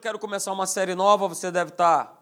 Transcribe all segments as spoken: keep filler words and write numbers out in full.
quero começar uma série nova, você deve estar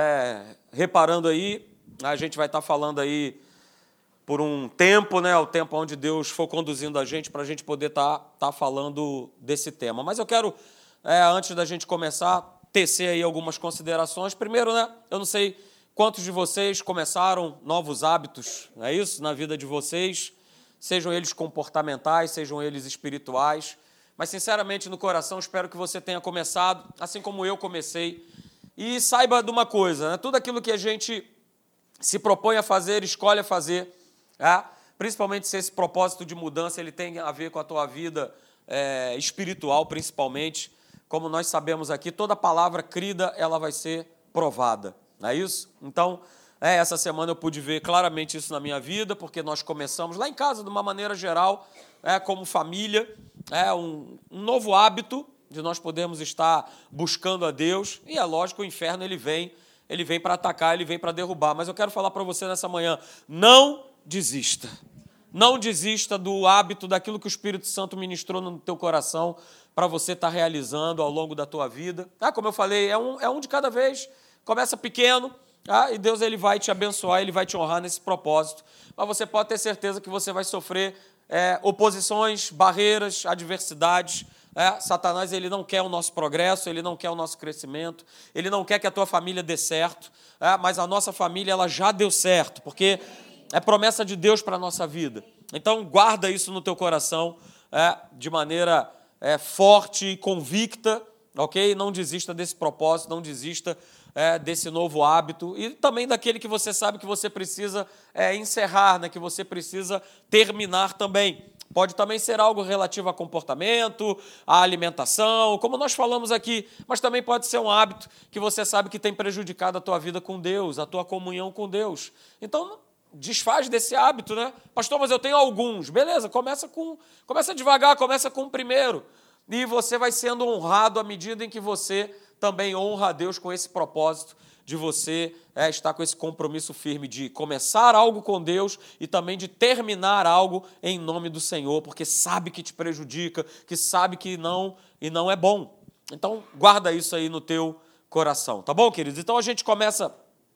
é, reparando aí, a gente vai estar falando aí por um tempo, né, o tempo onde Deus for conduzindo a gente para a gente poder estar tá, tá falando desse tema. Mas eu quero, é, antes da gente começar, tecer aí algumas considerações. Primeiro, né, eu não sei quantos de vocês começaram novos hábitos, não é isso, na vida de vocês, sejam eles comportamentais, sejam eles espirituais. Mas, sinceramente, no coração, espero que você tenha começado, assim como eu comecei. E saiba de uma coisa, né? Tudo aquilo que a gente se propõe a fazer, escolhe a fazer, é? Principalmente se esse propósito de mudança ele tem a ver com a tua vida é, espiritual, principalmente. Como nós sabemos aqui, toda palavra crida, ela vai ser provada, não é isso? Então, é, essa semana eu pude ver claramente isso na minha vida, porque nós começamos lá em casa, de uma maneira geral, é, como família, é um, um novo hábito de nós podermos estar buscando a Deus, e é lógico, o inferno ele vem, ele vem para atacar, ele vem para derrubar, mas eu quero falar para você nessa manhã, não desista, não desista do hábito, daquilo que o Espírito Santo ministrou no teu coração, para você estar realizando ao longo da tua vida. Ah, como eu falei, é um, é um de cada vez, começa pequeno, ah, e Deus ele vai te abençoar, ele vai te honrar nesse propósito, mas você pode ter certeza que você vai sofrer é, oposições, barreiras, adversidades. É, Satanás ele não quer o nosso progresso, ele não quer o nosso crescimento, ele não quer que a tua família dê certo, é, mas a nossa família ela já deu certo, porque é promessa de Deus para a nossa vida. Então, guarda isso no teu coração é, de maneira é, forte e convicta, ok? Não desista desse propósito, não desista é, desse novo hábito e também daquele que você sabe que você precisa é, encerrar, né? Que você precisa terminar também. Pode também ser algo relativo a comportamento, a alimentação, como nós falamos aqui, mas também pode ser um hábito que você sabe que tem prejudicado a tua vida com Deus, a tua comunhão com Deus. Então, desfaz desse hábito, né? Pastor, mas eu tenho alguns. Beleza, começa, com, começa devagar, começa com o primeiro. E você vai sendo honrado à medida em que você também honra a Deus com esse propósito de você é, estar com esse compromisso firme de começar algo com Deus e também de terminar algo em nome do Senhor, porque sabe que te prejudica, que sabe que não e não é bom. Então, guarda isso aí no teu coração, tá bom, queridos? Então, a gente começa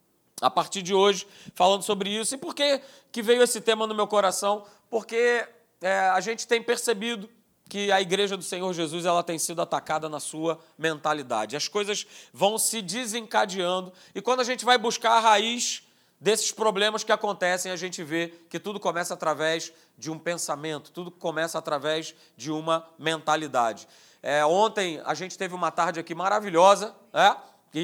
a partir de hoje falando sobre isso. E por que, que veio esse tema no meu coração? Porque é, a gente tem percebido que a igreja do Senhor Jesus ela tem sido atacada na sua mentalidade. As coisas vão se desencadeando e quando a gente vai buscar a raiz desses problemas que acontecem, a gente vê que tudo começa através de um pensamento, tudo começa através de uma mentalidade. É, ontem a gente teve uma tarde aqui maravilhosa, é?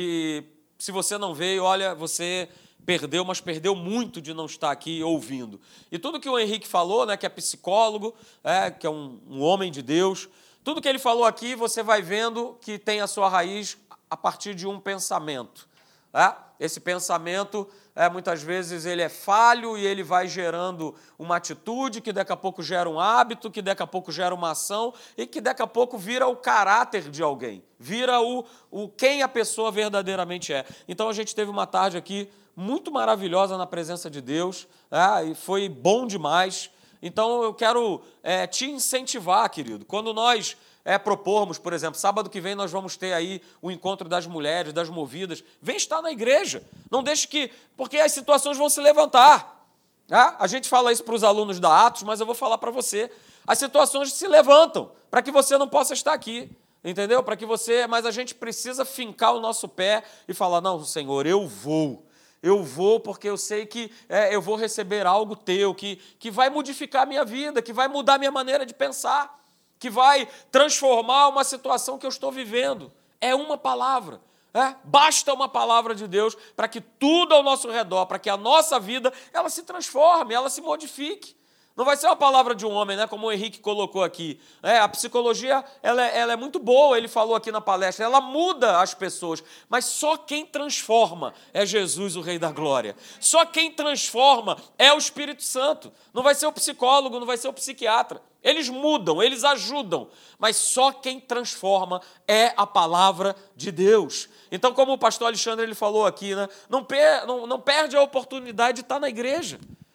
E se você não veio, olha, você perdeu, mas perdeu muito de não estar aqui ouvindo. E tudo que o Henrique falou, né, que é psicólogo, é, que é um, um homem de Deus, tudo que ele falou aqui, você vai vendo que tem a sua raiz a partir de um pensamento. É? Esse pensamento, é, muitas vezes, ele é falho e ele vai gerando uma atitude que daqui a pouco gera um hábito, que daqui a pouco gera uma ação e que daqui a pouco vira o caráter de alguém, vira o, o quem a pessoa verdadeiramente é. Então, a gente teve uma tarde aqui muito maravilhosa na presença de Deus, é, e foi bom demais. Então, eu quero é, te incentivar, querido, quando nós é, propormos, por exemplo, sábado que vem nós vamos ter aí o encontro das mulheres, das movidas, vem estar na igreja, não deixe que, porque as situações vão se levantar. É? A gente fala isso para os alunos da Atos, mas eu vou falar para você, as situações se levantam para que você não possa estar aqui. Entendeu? Para que você, mas a gente precisa fincar o nosso pé e falar, não, Senhor, eu vou. Eu vou porque eu sei que é, eu vou receber algo teu, que, que vai modificar a minha vida, que vai mudar a minha maneira de pensar, que vai transformar uma situação que eu estou vivendo. É uma palavra. É? Basta uma palavra de Deus para que tudo ao nosso redor, para que a nossa vida ela se transforme, ela se modifique. Não vai ser uma palavra de um homem, né, como o Henrique colocou aqui. É, a psicologia ela é, ela é muito boa, ele falou aqui na palestra, ela muda as pessoas, mas só quem transforma é Jesus, o Rei da Glória. Só quem transforma é o Espírito Santo. Não vai ser o psicólogo, não vai ser o psiquiatra. Eles mudam, eles ajudam, mas só quem transforma é a palavra de Deus. Então, como o pastor Alexandre ele falou aqui, né, não, per, não, não perde a oportunidade de estar na igreja.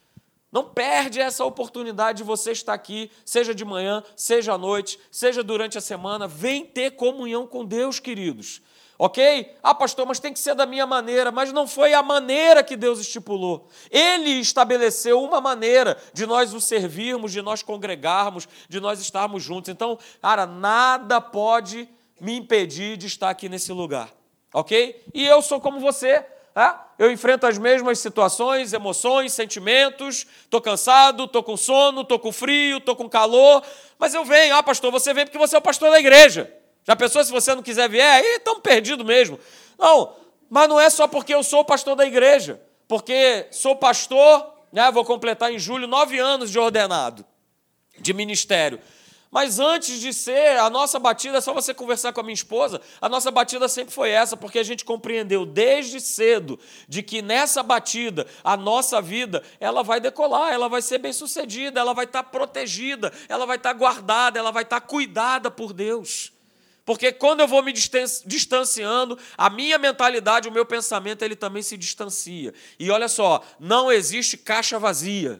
Não perde essa oportunidade de você estar aqui, seja de manhã, seja à noite, seja durante a semana. Vem ter comunhão com Deus, queridos. Ok? Ah, pastor, mas tem que ser da minha maneira. Mas não foi a maneira que Deus estipulou. Ele estabeleceu uma maneira de nós o servirmos, de nós congregarmos, de nós estarmos juntos. Então, cara, nada pode me impedir de estar aqui nesse lugar. Ok? E eu sou como você. É? Eu enfrento as mesmas situações, emoções, sentimentos. Estou cansado, estou com sono, estou com frio, estou com calor. Mas eu venho. Ah, pastor, você vem porque você é o pastor da igreja. Já pensou se você não quiser vir? Aí estamos perdidos mesmo. Não, mas não é só porque eu sou pastor da igreja. Porque sou pastor, né, vou completar em julho nove anos de ordenado, de ministério. Mas antes de ser, a nossa batida, é só você conversar com a minha esposa, a nossa batida sempre foi essa, porque a gente compreendeu desde cedo de que nessa batida, a nossa vida, ela vai decolar, ela vai ser bem-sucedida, ela vai estar protegida, ela vai estar guardada, ela vai estar cuidada por Deus. Porque quando eu vou me distanciando, a minha mentalidade, o meu pensamento, ele também se distancia. E olha só, não existe caixa vazia.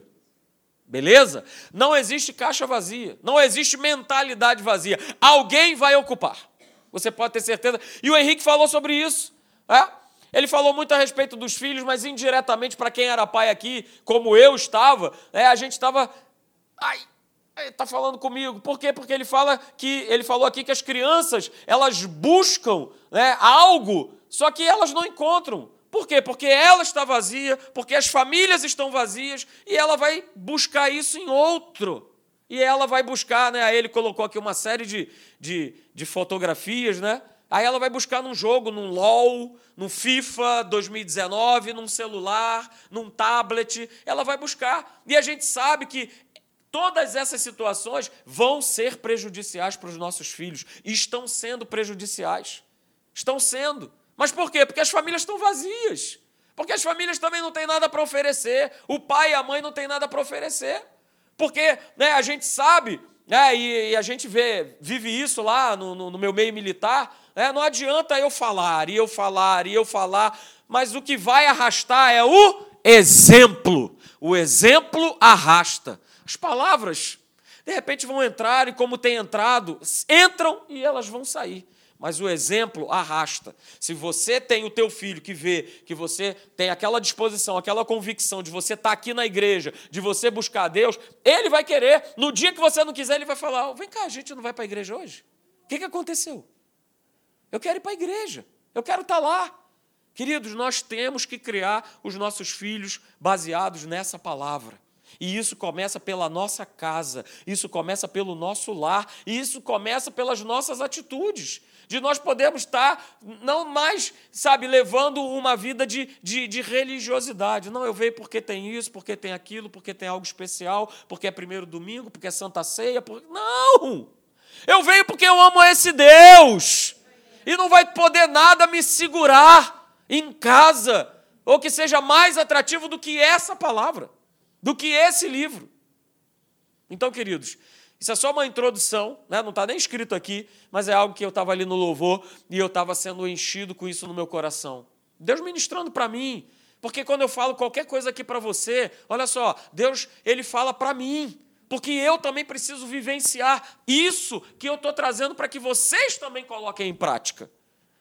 Beleza? Não existe caixa vazia. Não existe mentalidade vazia. Alguém vai ocupar. Você pode ter certeza. E o Henrique falou sobre isso. É? Ele falou muito a respeito dos filhos, mas indiretamente, para quem era pai aqui, como eu estava, é, a gente estava... Ai... Ele está falando comigo. Por quê? Porque ele, fala que, ele falou aqui que as crianças, elas buscam, né, algo, só que elas não encontram. Por quê? Porque ela está vazia, porque as famílias estão vazias, e ela vai buscar isso em outro. E ela vai buscar, né, aí ele colocou aqui uma série de, de, de fotografias, né? Aí ela vai buscar num jogo, num LOL, num FIFA dois mil e dezenove, num celular, num tablet, ela vai buscar. E a gente sabe que todas essas situações vão ser prejudiciais para os nossos filhos. E estão sendo prejudiciais. Estão sendo. Mas por quê? Porque as famílias estão vazias. Porque as famílias também não têm nada para oferecer. O pai e a mãe não têm nada para oferecer. Porque, né, a gente sabe, né, e, e a gente vê, vive isso lá no, no, no meu meio militar, né, não adianta eu falar, e eu falar, e eu falar, mas o que vai arrastar é o exemplo. O exemplo arrasta. As palavras, de repente, vão entrar e, como tem entrado, entram e elas vão sair. Mas o exemplo arrasta. Se você tem o teu filho que vê que você tem aquela disposição, aquela convicção de você estar aqui na igreja, de você buscar a Deus, ele vai querer. No dia que você não quiser, ele vai falar, vem cá, a gente não vai para a igreja hoje? O que, que aconteceu? Eu quero ir para a igreja. Eu quero estar lá. Queridos, nós temos que criar os nossos filhos baseados nessa palavra. E isso começa pela nossa casa, isso começa pelo nosso lar, e isso começa pelas nossas atitudes, de nós podermos estar não mais, sabe, levando uma vida de, de, de religiosidade. Não, eu venho porque tem isso, porque tem aquilo, porque tem algo especial, porque é primeiro domingo, porque é Santa Ceia. Porque... Não! Eu venho porque eu amo esse Deus, e não vai poder nada me segurar em casa, ou que seja mais atrativo do que essa palavra. Do que esse livro. Então, queridos, isso é só uma introdução, né? Não está nem escrito aqui, mas é algo que eu estava ali no louvor e eu estava sendo enchido com isso no meu coração. Deus ministrando para mim, porque quando eu falo qualquer coisa aqui para você, olha só, Deus, Ele fala para mim, porque eu também preciso vivenciar isso que eu estou trazendo para que vocês também coloquem em prática.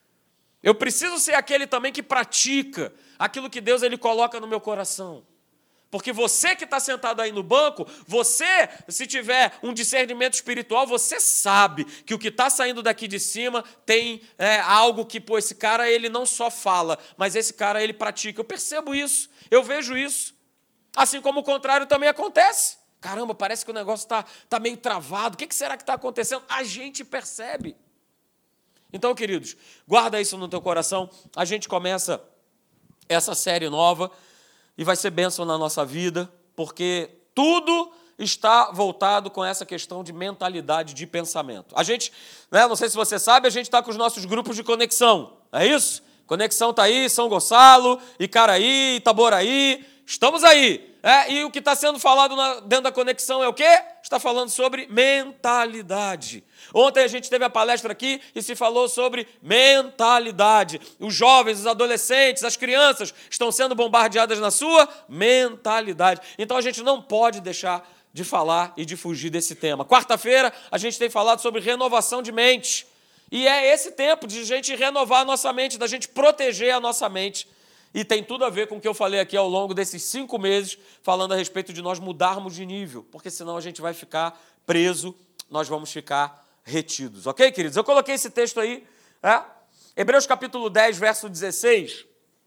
Eu preciso ser aquele também que pratica aquilo que Deus ele coloca no meu coração. Porque você que está sentado aí no banco, você, se tiver um discernimento espiritual, você sabe que o que está saindo daqui de cima tem é, algo que, pô, esse cara ele não só fala, mas esse cara ele pratica. Eu percebo isso, eu vejo isso. Assim como o contrário também acontece. Caramba, parece que o negócio está tá meio travado. O que, que será que está acontecendo? A gente percebe. Então, queridos, guarda isso no teu coração. A gente começa essa série nova. E vai ser bênção na nossa vida, porque tudo está voltado com essa questão de mentalidade, de pensamento. A gente, né, não sei se você sabe, a gente está com os nossos grupos de conexão, é isso? Conexão está aí, São Gonçalo, Icaraí, Itaboraí, estamos aí. É, e o que está sendo falado na, dentro da conexão é o quê? Está falando sobre mentalidade. Ontem a gente teve a palestra aqui e se falou sobre mentalidade. Os jovens, os adolescentes, as crianças estão sendo bombardeadas na sua mentalidade. Então a gente não pode deixar de falar e de fugir desse tema. Quarta-feira a gente tem falado sobre renovação de mente. E é esse tempo de a gente renovar a nossa mente, da gente proteger a nossa mente. E tem tudo a ver com o que eu falei aqui ao longo desses cinco meses, falando a respeito de nós mudarmos de nível, porque senão a gente vai ficar preso, nós vamos ficar retidos. Ok, queridos? Eu coloquei esse texto aí, é? Hebreus capítulo dez, verso dezesseis.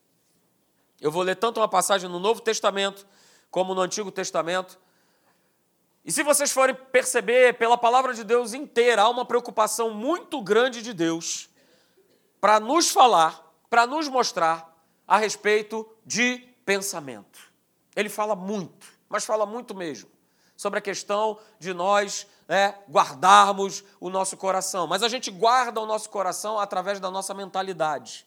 Eu vou ler tanto uma passagem no Novo Testamento como no Antigo Testamento. E se vocês forem perceber, pela palavra de Deus inteira, há uma preocupação muito grande de Deus para nos falar, para nos mostrar a respeito de pensamento. Ele fala muito, mas fala muito mesmo, sobre a questão de nós né, guardarmos o nosso coração. Mas a gente guarda o nosso coração através da nossa mentalidade.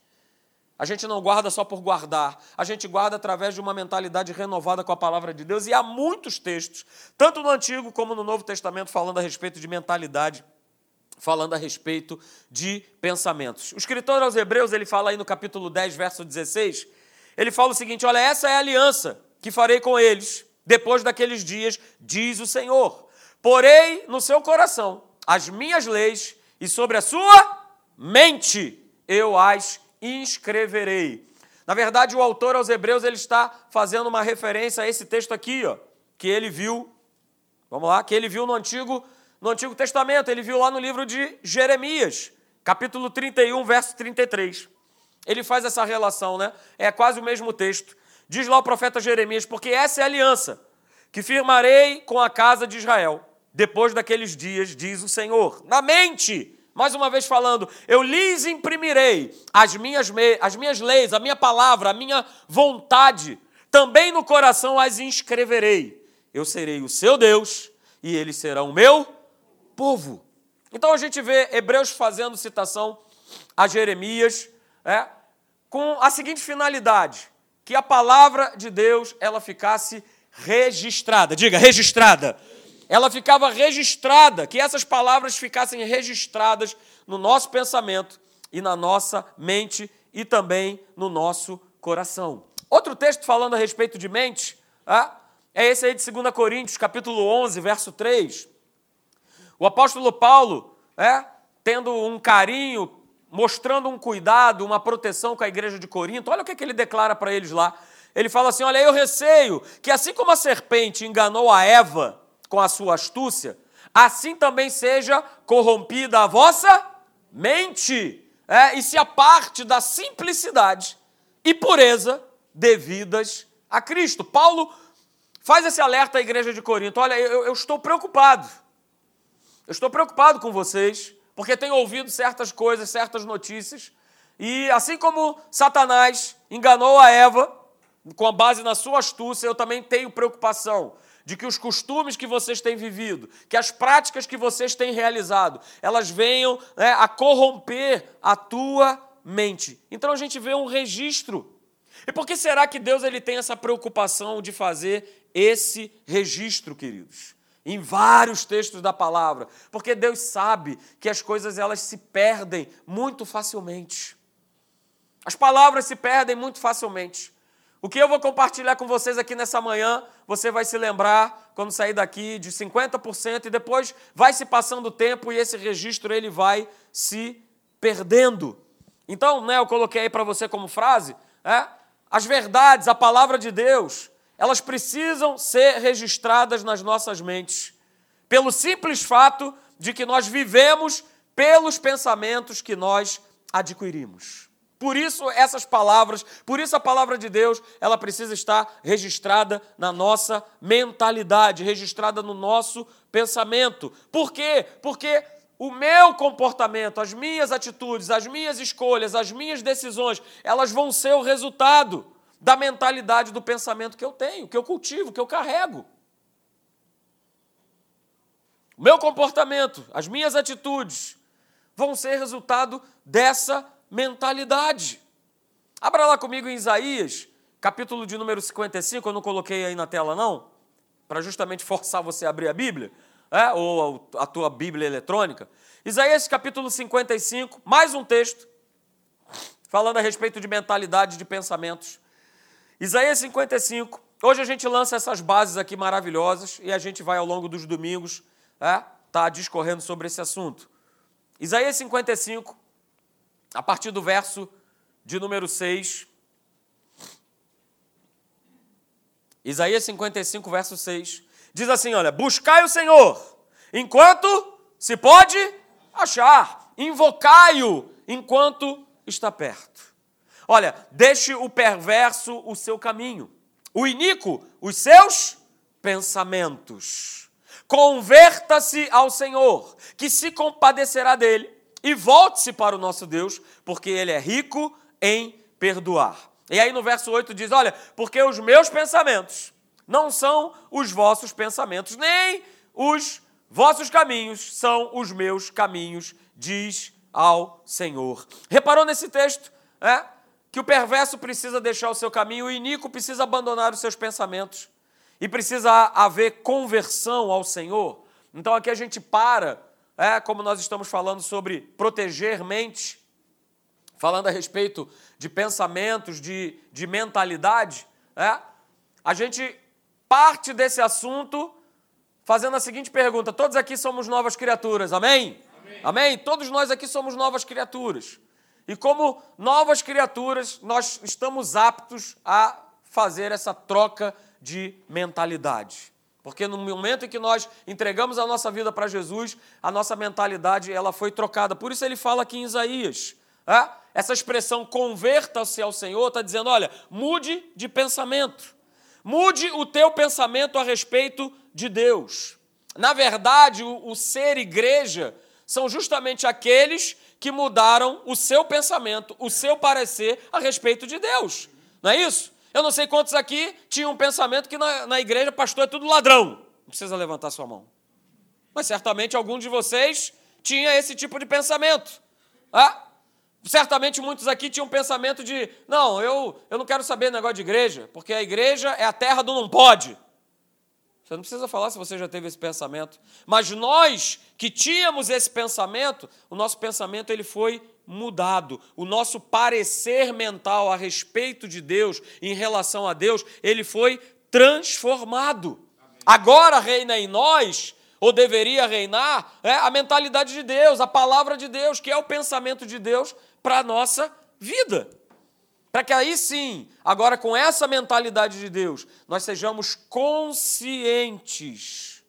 A gente não guarda só por guardar, a gente guarda através de uma mentalidade renovada com a palavra de Deus. E há muitos textos, tanto no Antigo como no Novo Testamento, falando a respeito de mentalidade, falando a respeito de pensamentos. O escritor aos Hebreus, ele fala aí no capítulo dez, verso dezesseis, ele fala o seguinte, olha, essa é a aliança que farei com eles depois daqueles dias, diz o Senhor. Porei no seu coração as minhas leis e sobre a sua mente eu as inscreverei. Na verdade, o autor aos Hebreus, ele está fazendo uma referência a esse texto aqui, ó, que ele viu, vamos lá, que ele viu no Antigo No Antigo Testamento, ele viu lá no livro de Jeremias, capítulo trinta e um, verso trinta e três. Ele faz essa relação, né? É quase o mesmo texto. Diz lá o profeta Jeremias, porque essa é a aliança que firmarei com a casa de Israel, depois daqueles dias, diz o Senhor. Na mente, mais uma vez falando, eu lhes imprimirei as minhas, me... as minhas leis, a minha palavra, a minha vontade, também no coração as inscreverei. Eu serei o seu Deus e eles serão o meu povo. Então a gente vê Hebreus fazendo citação a Jeremias, é, com a seguinte finalidade, que a palavra de Deus ela ficasse registrada. Diga, registrada. Ela ficava registrada, que essas palavras ficassem registradas no nosso pensamento e na nossa mente e também no nosso coração. Outro texto falando a respeito de mente, é, é esse aí de segunda Coríntios, capítulo onze, verso três. O apóstolo Paulo, é, tendo um carinho, mostrando um cuidado, uma proteção com a igreja de Corinto, olha o que, que ele declara para eles lá. Ele fala assim, olha, eu receio que assim como a serpente enganou a Eva com a sua astúcia, assim também seja corrompida a vossa mente, é, e se aparte da simplicidade e pureza devidas a Cristo. Paulo faz esse alerta à igreja de Corinto, olha, eu, eu estou preocupado, eu estou preocupado com vocês, porque tenho ouvido certas coisas, certas notícias, e assim como Satanás enganou a Eva, com a base na sua astúcia, eu também tenho preocupação de que os costumes que vocês têm vivido, que as práticas que vocês têm realizado, elas venham né, a corromper a tua mente. Então a gente vê um registro. E por que será que Deus ele tem essa preocupação de fazer esse registro, queridos? Em vários textos da palavra, porque Deus sabe que as coisas elas se perdem muito facilmente. As palavras se perdem muito facilmente. O que eu vou compartilhar com vocês aqui nessa manhã, você vai se lembrar, quando sair daqui, de cinquenta por cento, e depois vai se passando o tempo e esse registro ele vai se perdendo. Então, né, eu coloquei aí para você como frase, é, as verdades, a palavra de Deus, elas precisam ser registradas nas nossas mentes, pelo simples fato de que nós vivemos pelos pensamentos que nós adquirimos. Por isso essas palavras, por isso a palavra de Deus, ela precisa estar registrada na nossa mentalidade, registrada no nosso pensamento. Por quê? Porque o meu comportamento, as minhas atitudes, as minhas escolhas, as minhas decisões, elas vão ser o resultado da mentalidade do pensamento que eu tenho, que eu cultivo, que eu carrego. O meu comportamento, as minhas atitudes vão ser resultado dessa mentalidade. Abra lá comigo em Isaías, capítulo de número cinquenta e cinco, eu não coloquei aí na tela não, para justamente forçar você a abrir a Bíblia, é? Ou a tua Bíblia eletrônica. Isaías capítulo cinquenta e cinco, mais um texto, falando a respeito de mentalidade, de pensamentos. Isaías cinquenta e cinco, hoje a gente lança essas bases aqui maravilhosas e a gente vai ao longo dos domingos é, tá discorrendo sobre esse assunto. Isaías cinquenta e cinco, a partir do verso de número seis. Isaías cinquenta e cinco, verso seis, diz assim, olha, buscai o Senhor, enquanto se pode achar, invocai-o, enquanto está perto. Olha, deixe o perverso o seu caminho, o iníquo os seus pensamentos. Converta-se ao Senhor, que se compadecerá dele, e volte-se para o nosso Deus, porque ele é rico em perdoar. E aí no verso oito diz, olha, porque os meus pensamentos não são os vossos pensamentos, nem os vossos caminhos são os meus caminhos, diz ao Senhor. Reparou nesse texto, é? Que o perverso precisa deixar o seu caminho, o iníquo precisa abandonar os seus pensamentos e precisa haver conversão ao Senhor. Então aqui a gente para, é, como nós estamos falando sobre proteger mente, falando a respeito de pensamentos, de, de mentalidade, é, a gente parte desse assunto fazendo a seguinte pergunta, todos aqui somos novas criaturas, amém? Amém? Amém? Todos nós aqui somos novas criaturas. E como novas criaturas, nós estamos aptos a fazer essa troca de mentalidade. Porque no momento em que nós entregamos a nossa vida para Jesus, a nossa mentalidade ela foi trocada. Por isso ele fala aqui em Isaías, é? Essa expressão converta-se ao Senhor está dizendo, olha, mude de pensamento. Mude o teu pensamento a respeito de Deus. Na verdade, o, o ser igreja são justamente aqueles que mudaram o seu pensamento, o seu parecer a respeito de Deus. Não é isso? Eu não sei quantos aqui tinham um pensamento que na, na igreja pastor é tudo ladrão. Não precisa levantar sua mão. Mas certamente algum de vocês tinha esse tipo de pensamento. Ah? Certamente muitos aqui tinham um pensamento de, não, eu, eu não quero saber negócio de igreja, porque a igreja é a terra do não pode. Você não precisa falar se você já teve esse pensamento. Mas nós que tínhamos esse pensamento, o nosso pensamento ele foi mudado. O nosso parecer mental a respeito de Deus, em relação a Deus, ele foi transformado. Amém. Agora reina em nós, ou deveria reinar, é, a mentalidade de Deus, a palavra de Deus, que é o pensamento de Deus para a nossa vida. Para que aí sim, agora com essa mentalidade de Deus, nós sejamos conscientes,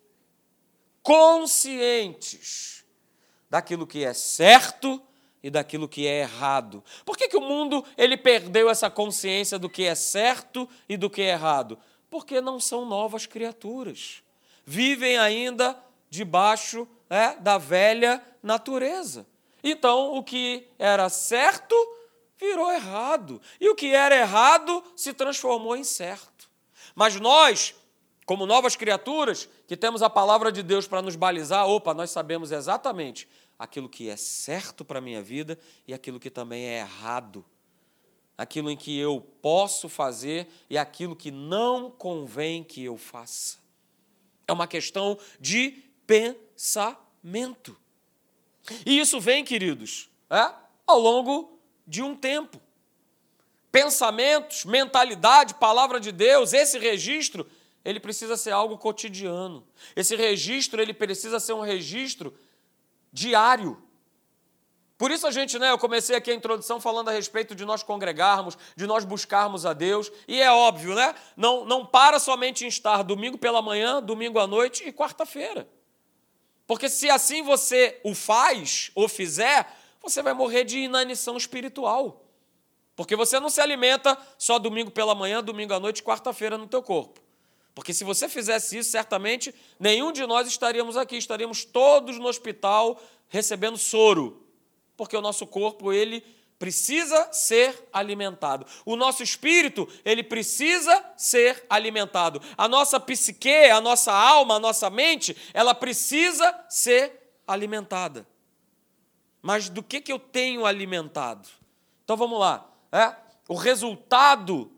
conscientes daquilo que é certo e daquilo que é errado. Por que que o mundo ele perdeu essa consciência do que é certo e do que é errado? Porque não são novas criaturas. Vivem ainda debaixo é, da velha natureza. Então, o que era certo virou errado. E o que era errado se transformou em certo. Mas nós, como novas criaturas, que temos a palavra de Deus para nos balizar, opa, nós sabemos exatamente aquilo que é certo para a minha vida e aquilo que também é errado. Aquilo em que eu posso fazer e aquilo que não convém que eu faça. É uma questão de pensamento. E isso vem, queridos, é, ao longo de um tempo. Pensamentos, mentalidade, palavra de Deus, esse registro, ele precisa ser algo cotidiano. Esse registro, ele precisa ser um registro diário. Por isso a gente, né, eu comecei aqui a introdução falando a respeito de nós congregarmos, de nós buscarmos a Deus, e é óbvio, né, não, não para somente em estar domingo pela manhã, domingo à noite e quarta-feira. Porque se assim você o faz ou fizer, você vai morrer de inanição espiritual. Porque você não se alimenta só domingo pela manhã, domingo à noite e quarta-feira no teu corpo. Porque se você fizesse isso, certamente nenhum de nós estaríamos aqui, estaríamos todos no hospital recebendo soro. Porque o nosso corpo, ele precisa ser alimentado. O nosso espírito, ele precisa ser alimentado. A nossa psique, a nossa alma, a nossa mente, ela precisa ser alimentada. Mas do que, que eu tenho alimentado? Então vamos lá. É? O resultado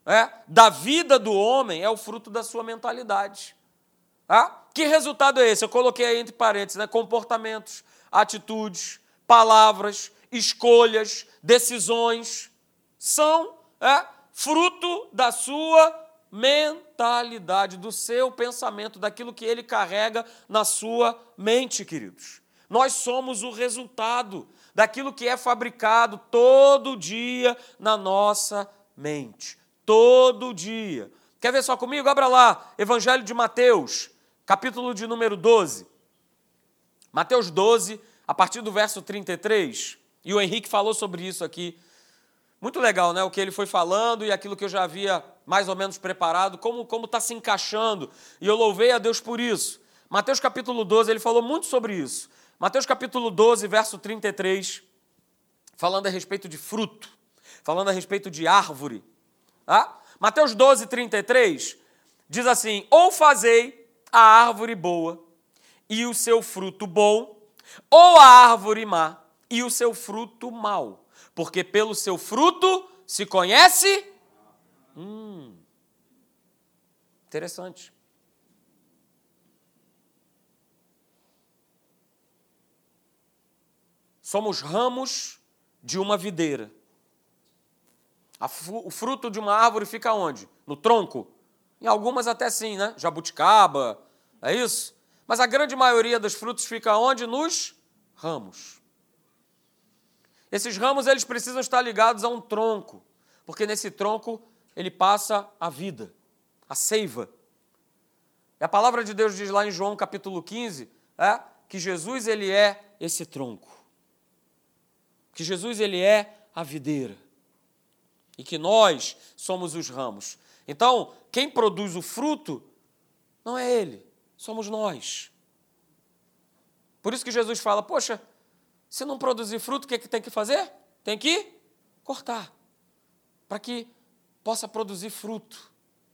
é, da vida do homem é o fruto da sua mentalidade. Ah? Que resultado é esse? Eu coloquei aí entre parênteses, né? Comportamentos, atitudes, palavras, escolhas, decisões, são é, fruto da sua mentalidade, do seu pensamento, daquilo que ele carrega na sua mente, queridos. Nós somos o resultado daquilo que é fabricado todo dia na nossa mente. Todo dia. Quer ver só comigo? Abra lá, Evangelho de Mateus, capítulo de número doze. Mateus doze, a partir do verso trinta e três. E o Henrique falou sobre isso aqui. Muito legal, né? O que ele foi falando e aquilo que eu já havia mais ou menos preparado, como como está se encaixando. E eu louvei a Deus por isso. Mateus capítulo doze, ele falou muito sobre isso. Mateus capítulo doze, verso trinta e três, falando a respeito de fruto, falando a respeito de árvore. Ah? Mateus doze, trinta e três, diz assim: ou fazei a árvore boa e o seu fruto bom, ou a árvore má e o seu fruto mau, porque pelo seu fruto se conhece... Hum, interessante. Somos ramos de uma videira. O fruto de uma árvore fica onde? No tronco? Em algumas até sim, né? Jabuticaba, é isso? Mas a grande maioria dos frutos fica onde? Nos ramos. Esses ramos, eles precisam estar ligados a um tronco, porque nesse tronco ele passa a vida, a seiva. E a palavra de Deus diz lá em João capítulo quinze, é, que Jesus ele é esse tronco. Que Jesus ele é a videira. E que nós somos os ramos. Então, quem produz o fruto não é ele, somos nós. Por isso que Jesus fala, poxa, se não produzir fruto, o que, é que tem que fazer? Tem que cortar, para que possa produzir fruto.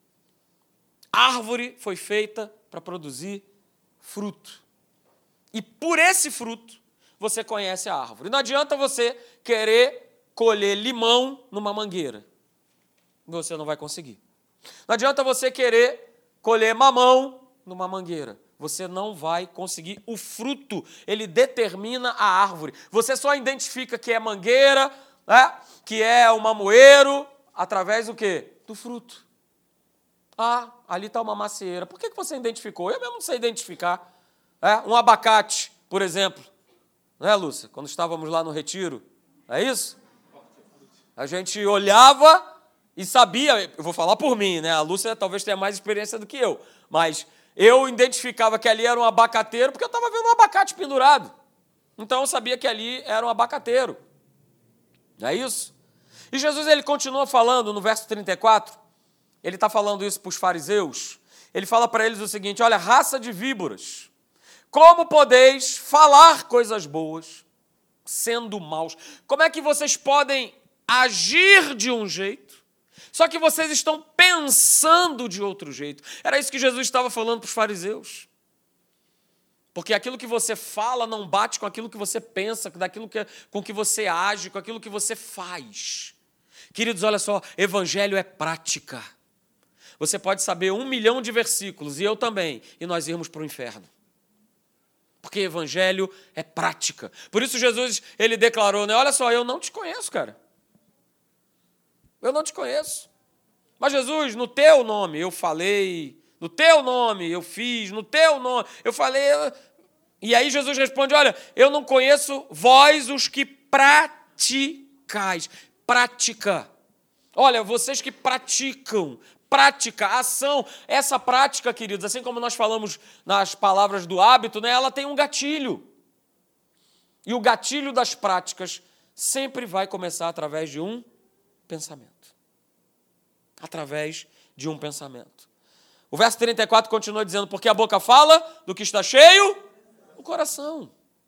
A árvore foi feita para produzir fruto. E por esse fruto, você conhece a árvore. Não adianta você querer colher limão numa mangueira. Você não vai conseguir. Não adianta você querer colher mamão numa mangueira. Você não vai conseguir. O fruto, ele determina a árvore. Você só identifica que é mangueira, né, que é o mamoeiro, através do quê? Do fruto. Ah, ali está uma macieira. Por que você identificou? Eu mesmo não sei identificar. É, um abacate, por exemplo. Não é, Lúcia? Quando estávamos lá no retiro. É isso? A gente olhava e sabia, eu vou falar por mim, né? A Lúcia talvez tenha mais experiência do que eu, mas eu identificava que ali era um abacateiro porque eu estava vendo um abacate pendurado. Então eu sabia que ali era um abacateiro. Não é isso? E Jesus ele continua falando no verso trinta e quatro, ele está falando isso para os fariseus, ele fala para eles o seguinte, olha, raça de víboras, como podeis falar coisas boas sendo maus? Como é que vocês podem agir de um jeito, só que vocês estão pensando de outro jeito? Era isso que Jesus estava falando para os fariseus. Porque aquilo que você fala não bate com aquilo que você pensa, daquilo que, com que você age, com aquilo que você faz. Queridos, olha só, evangelho é prática. Você pode saber um milhão de versículos, e eu também, e nós irmos para o inferno. Porque evangelho é prática. Por isso Jesus, ele declarou, né? Olha só, eu não te conheço, cara. Eu não te conheço. Mas Jesus, no teu nome eu falei, no teu nome eu fiz, no teu nome eu falei. E aí Jesus responde, olha, eu não conheço vós os que praticais. Prática. Olha, vocês que praticam. Prática, ação. Essa prática, queridos, assim como nós falamos nas palavras do hábito, né, ela tem um gatilho. E o gatilho das práticas sempre vai começar através de um pensamento. Através de um pensamento. O verso trinta e quatro continua dizendo, porque a boca fala do que está cheio o coração.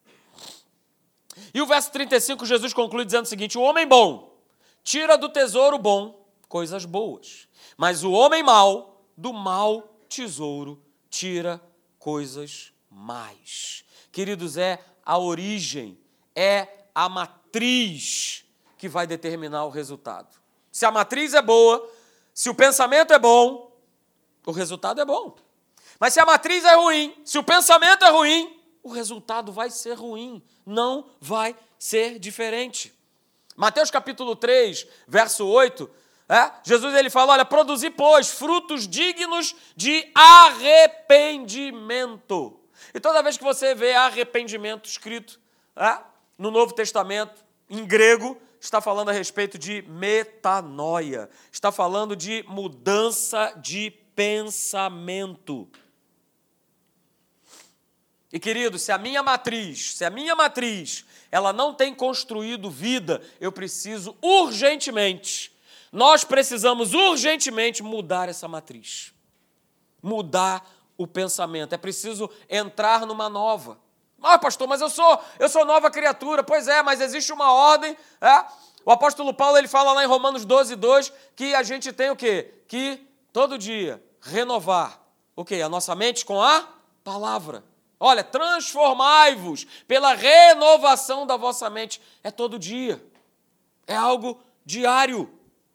E o verso trinta e cinco, Jesus conclui dizendo o seguinte, o homem bom tira do tesouro bom coisas boas, mas o homem mau, do mau tesouro, tira coisas más. Queridos, é a origem, é a matriz que vai determinar o resultado. Se a matriz é boa, se o pensamento é bom, o resultado é bom. Mas se a matriz é ruim, se o pensamento é ruim, o resultado vai ser ruim, não vai ser diferente. Mateus capítulo três, verso oito, é? Jesus ele fala, olha, produzi, pois, frutos dignos de arrependimento. E toda vez que você vê arrependimento escrito é? no Novo Testamento, em grego, está falando a respeito de metanoia, está falando de mudança de pensamento. E, querido, se a minha matriz, se a minha matriz, ela não tem construído vida, eu preciso urgentemente, nós precisamos urgentemente mudar essa matriz. Mudar o pensamento. É preciso entrar numa nova. Ah, pastor, mas eu sou, eu sou nova criatura. Pois é, mas existe uma ordem. É? O apóstolo Paulo ele fala lá em Romanos doze, dois, que a gente tem o quê? Que todo dia renovar o quê? A nossa mente com a palavra. Olha, transformai-vos pela renovação da vossa mente. É todo dia. É algo diário.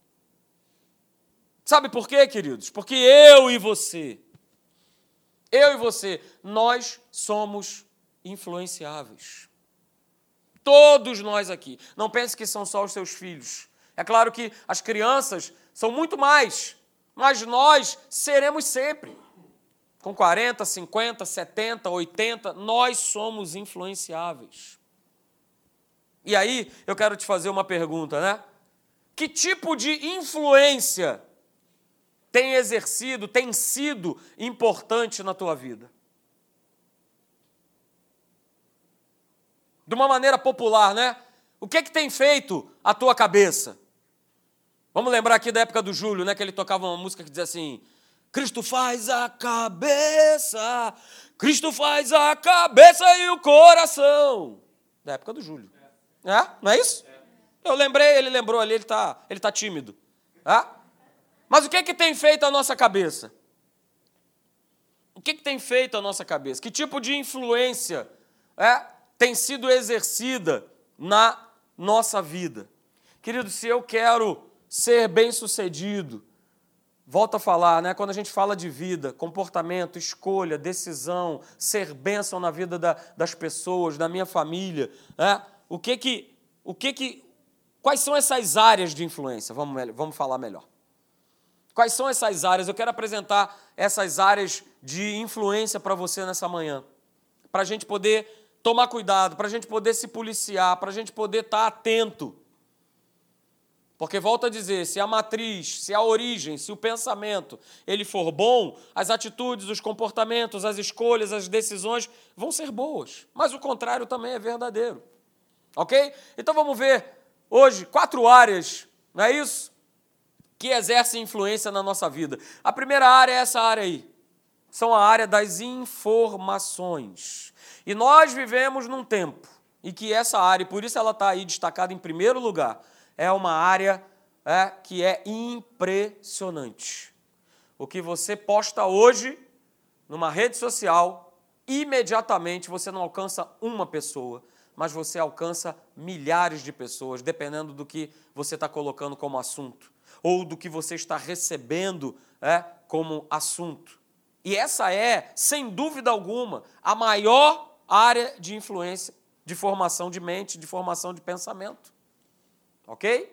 Sabe por quê, queridos? Porque eu e você, eu e você, nós somos influenciáveis. Todos nós aqui. Não pense que são só os seus filhos. É claro que as crianças são muito mais, mas nós seremos sempre. Com quarenta, cinquenta, setenta, oitenta, nós somos influenciáveis. E aí, eu quero te fazer uma pergunta, né? Que tipo de influência tem exercido, tem sido importante na tua vida? De uma maneira popular, né? O que é que tem feito a tua cabeça? Vamos lembrar aqui da época do Júlio, né? Que ele tocava uma música que dizia assim: Cristo faz a cabeça, Cristo faz a cabeça e o coração. Da época do Júlio. É? Não é isso? Eu lembrei, ele lembrou ali, ele está ele tá tímido. É? Mas o que é que tem feito a nossa cabeça? O que é que tem feito a nossa cabeça? Que tipo de influência é, tem sido exercida na nossa vida? Querido, se eu quero ser bem-sucedido, volto a falar, né? Quando a gente fala de vida, comportamento, escolha, decisão, ser bênção na vida da, das pessoas, da minha família, né? o que que, o que que, quais são essas áreas de influência? Vamos, vamos falar melhor. Quais são essas áreas? Eu quero apresentar essas áreas de influência para você nessa manhã, para a gente poder tomar cuidado, para a gente poder se policiar, para a gente poder estar atento. Porque, volto a dizer, se a matriz, se a origem, se o pensamento ele for bom, as atitudes, os comportamentos, as escolhas, as decisões vão ser boas. Mas o contrário também é verdadeiro. Ok? Então vamos ver hoje quatro áreas, não é isso? Que exercem influência na nossa vida. A primeira área é essa área aí. São a área das informações. E nós vivemos num tempo em que essa área, e por isso ela está aí destacada em primeiro lugar, é uma área é, que é impressionante. O que você posta hoje numa rede social, imediatamente você não alcança uma pessoa, mas você alcança milhares de pessoas, dependendo do que você está colocando como assunto, ou do que você está recebendo é, como assunto. E essa é, sem dúvida alguma, a maior área de influência, de formação de mente, de formação de pensamento. Ok?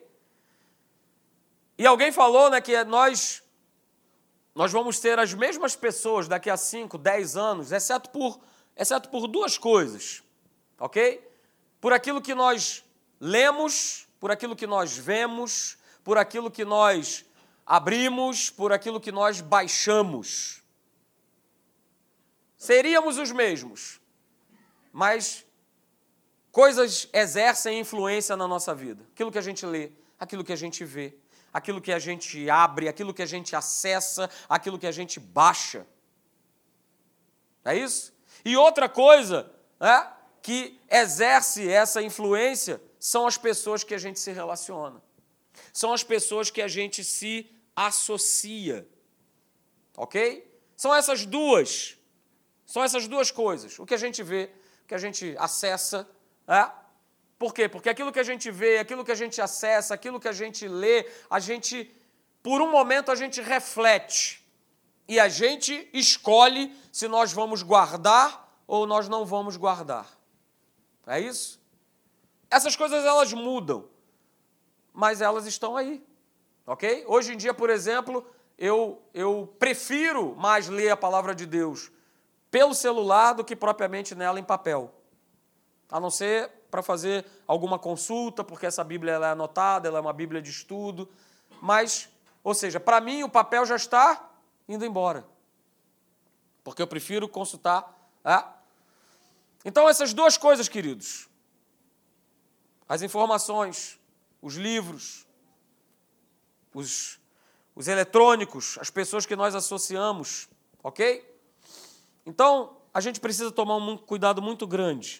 E alguém falou, né, que nós, nós vamos ter as mesmas pessoas daqui a cinco, dez anos, exceto por, exceto por duas coisas. Ok? Por aquilo que nós lemos, por aquilo que nós vemos, por aquilo que nós abrimos, por aquilo que nós baixamos. Seríamos os mesmos, mas coisas exercem influência na nossa vida. Aquilo que a gente lê, aquilo que a gente vê, aquilo que a gente abre, aquilo que a gente acessa, aquilo que a gente baixa. É isso? E outra coisa é, que exerce essa influência são as pessoas que a gente se relaciona. São as pessoas que a gente se associa. Ok? São essas duas. São essas duas coisas. O que a gente vê, o que a gente acessa. É? Por quê? Porque aquilo que a gente vê, aquilo que a gente acessa, aquilo que a gente lê, a gente por um momento a gente reflete e a gente escolhe se nós vamos guardar ou nós não vamos guardar. É isso? Essas coisas elas mudam, mas elas estão aí, ok? Hoje em dia, por exemplo, eu, eu prefiro mais ler a palavra de Deus pelo celular do que propriamente nela em papel. A não ser para fazer alguma consulta, porque essa Bíblia ela é anotada, ela é uma Bíblia de estudo. Mas, ou seja, para mim o papel já está indo embora. Porque eu prefiro consultar. É? Então, essas duas coisas, queridos, as informações, os livros, os, os eletrônicos, as pessoas que nós associamos, ok? Então, a gente precisa tomar um cuidado muito grande.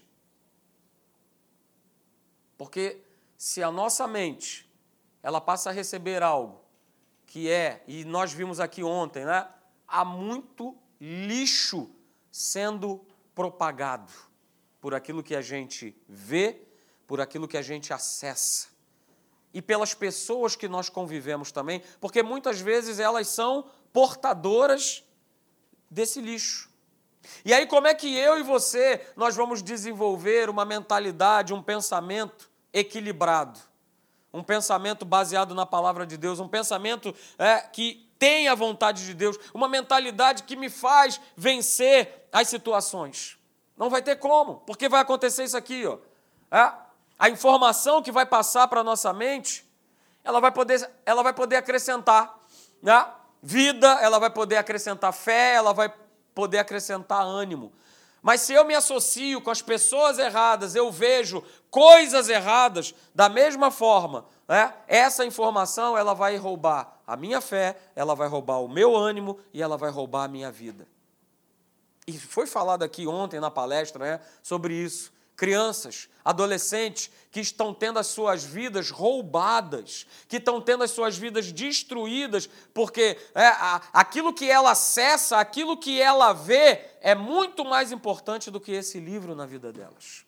Porque se a nossa mente, ela passa a receber algo que é, e nós vimos aqui ontem, né? Há muito lixo sendo propagado por aquilo que a gente vê, por aquilo que a gente acessa. E pelas pessoas que nós convivemos também, porque muitas vezes elas são portadoras desse lixo. E aí como é que eu e você, nós vamos desenvolver uma mentalidade, um pensamento equilibrado, um pensamento baseado na palavra de Deus, um pensamento é, que tem a vontade de Deus, uma mentalidade que me faz vencer as situações? Não vai ter como, porque vai acontecer isso aqui, ó. É? A informação que vai passar para a nossa mente, ela vai poder, ela vai poder acrescentar, né? Vida, ela vai poder acrescentar fé, ela vai poder acrescentar ânimo. Mas se eu me associo com as pessoas erradas, eu vejo coisas erradas, da mesma forma, né? Essa informação ela vai roubar a minha fé, ela vai roubar o meu ânimo e ela vai roubar a minha vida. E foi falado aqui ontem na palestra, né, sobre isso. Crianças, adolescentes que estão tendo as suas vidas roubadas, que estão tendo as suas vidas destruídas, porque é, a, aquilo que ela acessa, aquilo que ela vê, é muito mais importante do que esse livro na vida delas.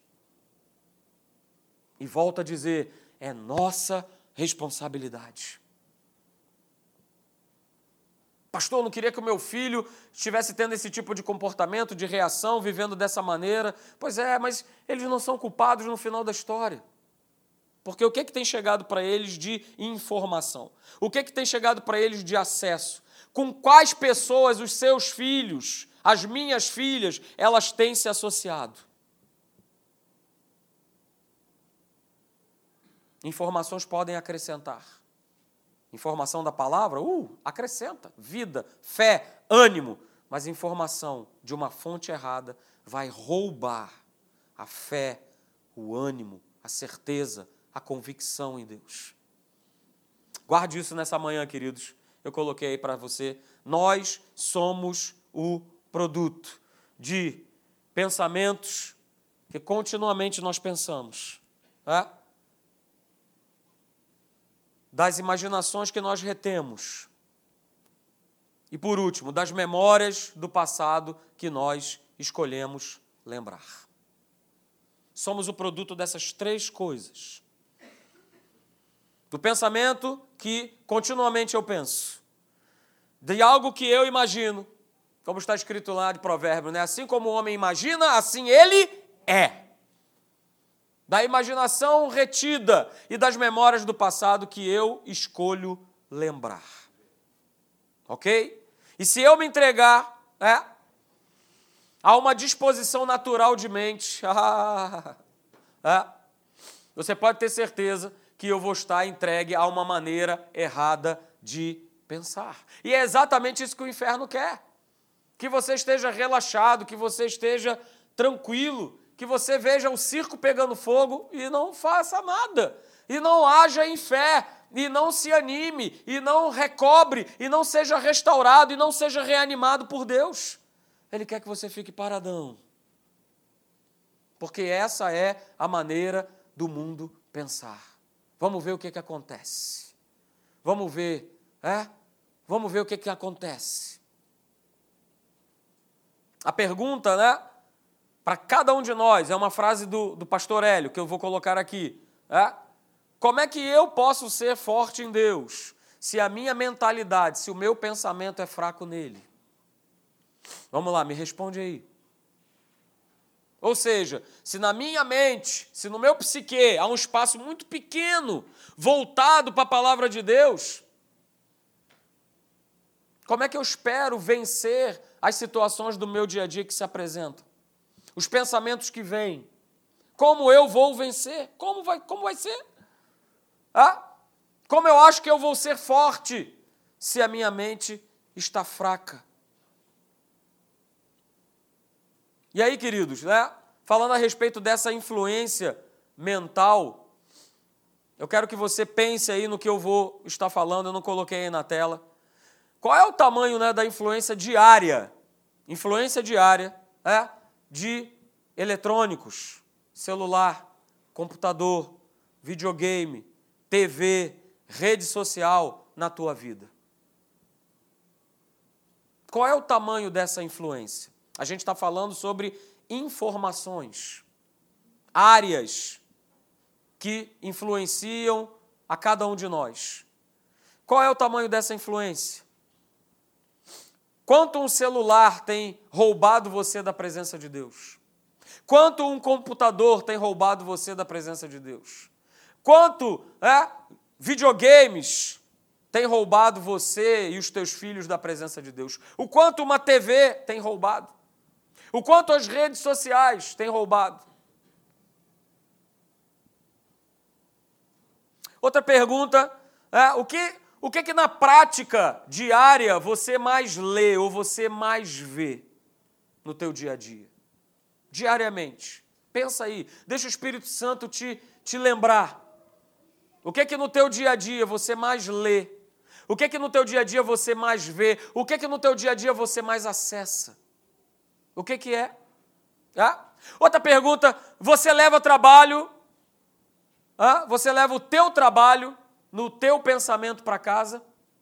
E volto a dizer, é nossa responsabilidade. Pastor, eu não queria que o meu filho estivesse tendo esse tipo de comportamento, de reação, vivendo dessa maneira. Pois é, mas eles não são culpados no final da história. Porque o que, é que tem chegado para eles de informação? O que, é que tem chegado para eles de acesso? Com quais pessoas os seus filhos, as minhas filhas, elas têm se associado? Informações podem acrescentar. Informação da palavra, uh, acrescenta vida, fé, ânimo. Mas informação de uma fonte errada vai roubar a fé, o ânimo, a certeza, a convicção em Deus. Guarde isso nessa manhã, queridos. Eu coloquei aí para você. Nós somos o produto de pensamentos que continuamente nós pensamos. Tá? Das imaginações que nós retemos. E, por último, das memórias do passado que nós escolhemos lembrar. Somos o produto dessas três coisas. Do pensamento que continuamente eu penso. De algo que eu imagino. Como está escrito lá de Provérbio, né? Assim como o homem imagina, assim ele é. Da imaginação retida e das memórias do passado que eu escolho lembrar. Ok? E se eu me entregar é, a uma disposição natural de mente, é, você pode ter certeza que eu vou estar entregue a uma maneira errada de pensar. E é exatamente isso que o inferno quer. Que você esteja relaxado, que você esteja tranquilo, que você veja o circo pegando fogo e não faça nada, e não haja em fé, e não se anime, e não recobre, e não seja restaurado, e não seja reanimado por Deus. Ele quer que você fique paradão, porque essa é a maneira do mundo pensar. Vamos ver o que, que acontece. Vamos ver, é? Vamos ver o que, que acontece. A pergunta, né? Para cada um de nós, é uma frase do, do pastor Hélio, que eu vou colocar aqui. É? Como é que eu posso ser forte em Deus? se a minha mentalidade, se o meu pensamento é fraco nele? Vamos lá, me responde aí. Ou seja, se na minha mente, se no meu psique há um espaço muito pequeno voltado para a palavra de Deus, como é que eu espero vencer as situações do meu dia a dia que se apresentam? Os pensamentos que vêm. Como eu vou vencer? Como vai, como vai ser? Ah? Como eu acho que eu vou ser forte se a minha mente está fraca? E aí, queridos, né? Falando a respeito dessa influência mental, eu quero que você pense aí no que eu vou estar falando, eu não coloquei aí na tela. Qual é o tamanho, né, da influência diária? Influência diária, é, de eletrônicos, celular, computador, videogame, T V, rede social na tua vida. Qual é o tamanho dessa influência? A gente está falando sobre informações, áreas que influenciam a cada um de nós. Qual é o tamanho dessa influência? Quanto um celular tem roubado você da presença de Deus? Quanto um computador tem roubado você da presença de Deus? Quanto é, videogames tem roubado você e os teus filhos da presença de Deus? O quanto uma T V tem roubado? O quanto as redes sociais têm roubado? Outra pergunta, é, o que, o que que na prática diária você mais lê ou você mais vê no teu dia a dia? Diariamente. Pensa aí, deixa o Espírito Santo te, te lembrar. O que que no teu dia a dia você mais lê? O que que no teu dia a dia você mais vê? O que que no teu dia a dia você mais acessa? O que que é? Ah? Outra pergunta, você leva trabalho, ah? Você leva o teu trabalho no teu pensamento para casa?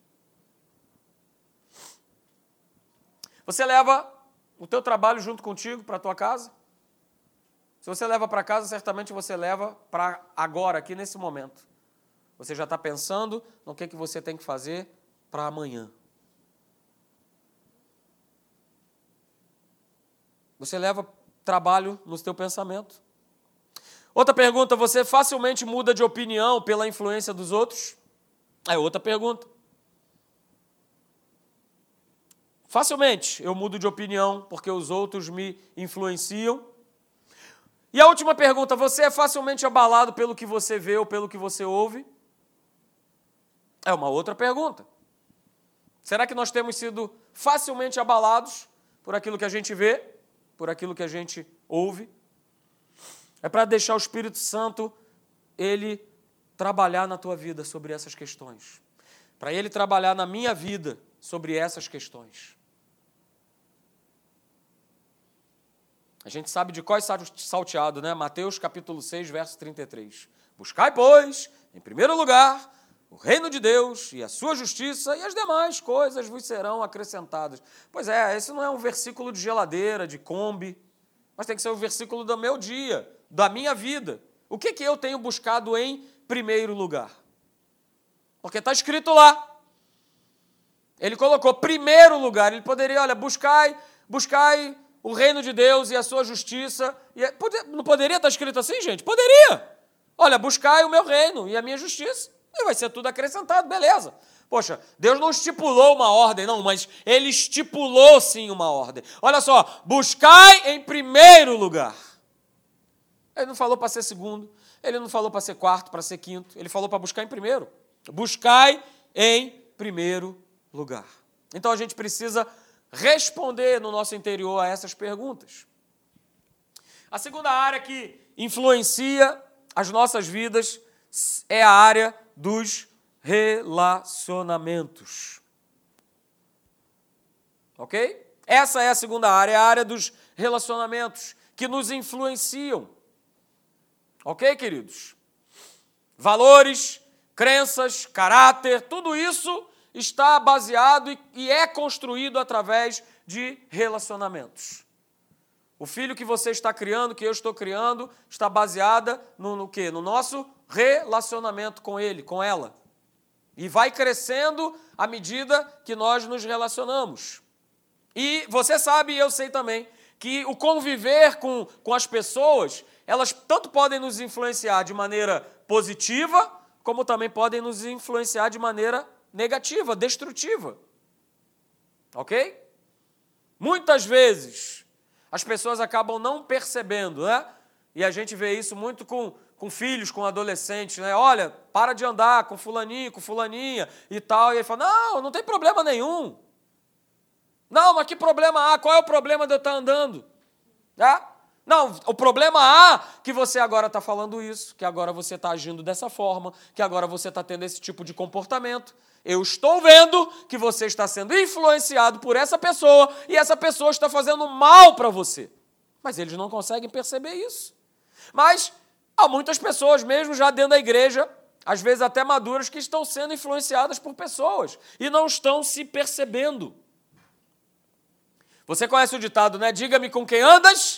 Você leva o teu trabalho junto contigo para a tua casa? Se você leva para casa, certamente você leva para agora, aqui nesse momento. Você já está pensando no que que você tem que fazer para amanhã. Você leva trabalho no teu pensamento. Outra pergunta, você facilmente muda de opinião pela influência dos outros? É outra pergunta. Facilmente eu mudo de opinião porque os outros me influenciam. E a última pergunta, você é facilmente abalado pelo que você vê ou pelo que você ouve? É uma outra pergunta. Será que nós temos sido facilmente abalados por aquilo que a gente vê? Por aquilo que a gente ouve? É para deixar o Espírito Santo, ele trabalhar na tua vida sobre essas questões. Para ele trabalhar na minha vida sobre essas questões. A gente sabe de qual é salteado, né? Mateus capítulo seis, verso trinta e três. Buscai, pois, em primeiro lugar, o reino de Deus e a sua justiça, e as demais coisas vos serão acrescentadas. Pois é, esse não é um versículo de geladeira, de Kombi, mas tem que ser um versículo do meu dia, da minha vida. O que que eu tenho buscado em primeiro lugar? Porque está escrito lá. Ele colocou primeiro lugar. Ele poderia, olha, buscai, buscai o reino de Deus e a sua justiça. E não poderia estar escrito assim, gente? Poderia. Olha, buscai o meu reino e a minha justiça. E vai ser tudo acrescentado, beleza. Poxa, Deus não estipulou uma ordem, não, mas Ele estipulou sim uma ordem. Olha só, buscai em primeiro lugar. Ele não falou para ser segundo, Ele não falou para ser quarto, para ser quinto, Ele falou para buscar em primeiro. Buscai em primeiro lugar. Então a gente precisa responder no nosso interior a essas perguntas. A segunda área que influencia as nossas vidas é a área dos relacionamentos. Ok? Essa é a segunda área, é a área dos relacionamentos que nos influenciam. Ok, queridos? Valores, crenças, caráter, tudo isso está baseado e é construído através de relacionamentos. O filho que você está criando, que eu estou criando, está baseada no, no quê? No nosso relacionamento com ele, com ela. E vai crescendo à medida que nós nos relacionamos. E você sabe, e eu sei também, que o conviver com, com as pessoas, elas tanto podem nos influenciar de maneira positiva, como também podem nos influenciar de maneira negativa, destrutiva. Ok? Muitas vezes, as pessoas acabam não percebendo, né? E a gente vê isso muito com, com filhos, com adolescentes, né? Olha, para de andar com fulaninho, com fulaninha e tal. E ele fala, não, não tem problema nenhum. Não, mas que problema há? Qual é o problema de eu estar andando? Ah? Não, o problema há que você agora está falando isso, que agora você está agindo dessa forma, que agora você está tendo esse tipo de comportamento. Eu estou vendo que você está sendo influenciado por essa pessoa e essa pessoa está fazendo mal para você. Mas eles não conseguem perceber isso. Mas há muitas pessoas, mesmo já dentro da igreja, às vezes até maduras, que estão sendo influenciadas por pessoas e não estão se percebendo. Você conhece o ditado, né? Diga-me com quem andas?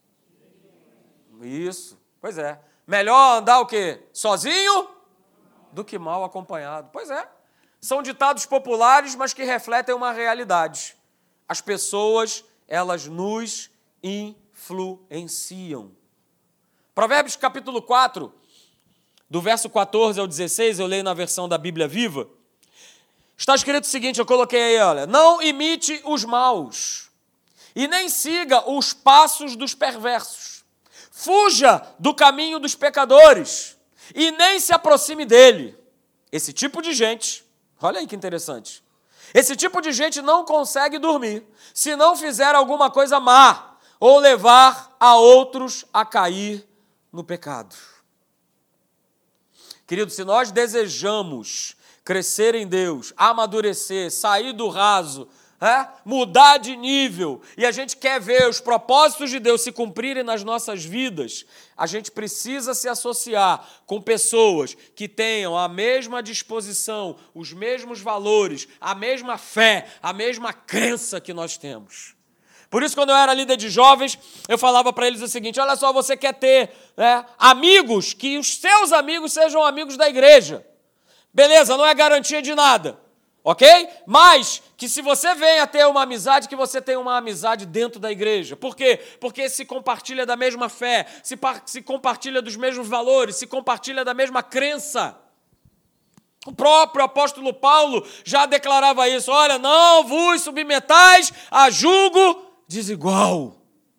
Isso, pois é. Melhor andar o quê? Sozinho do que mal acompanhado. Pois é. São ditados populares, mas que refletem uma realidade. As pessoas, elas nos influenciam. Provérbios capítulo quatro, do verso quatorze ao dezesseis, eu leio na versão da Bíblia Viva. Está escrito o seguinte, eu coloquei aí, olha. Não imite os maus e nem siga os passos dos perversos. Fuja do caminho dos pecadores e nem se aproxime dele. Esse tipo de gente, olha aí que interessante, esse tipo de gente não consegue dormir se não fizer alguma coisa má ou levar a outros a cair no pecado. Querido, se nós desejamos crescer em Deus, amadurecer, sair do raso, é? Mudar de nível, e a gente quer ver os propósitos de Deus se cumprirem nas nossas vidas, a gente precisa se associar com pessoas que tenham a mesma disposição, os mesmos valores, a mesma fé, a mesma crença que nós temos. Por isso, quando eu era líder de jovens, eu falava para eles o seguinte, olha só, você quer ter né, amigos, que os seus amigos sejam amigos da igreja. Beleza, não é garantia de nada, ok? Mas que se você venha ter uma amizade, que você tenha uma amizade dentro da igreja. Por quê? Porque se compartilha da mesma fé, se, par- se compartilha dos mesmos valores, se compartilha da mesma crença. O próprio apóstolo Paulo já declarava isso. Olha, não vos submetais a julgo desigual.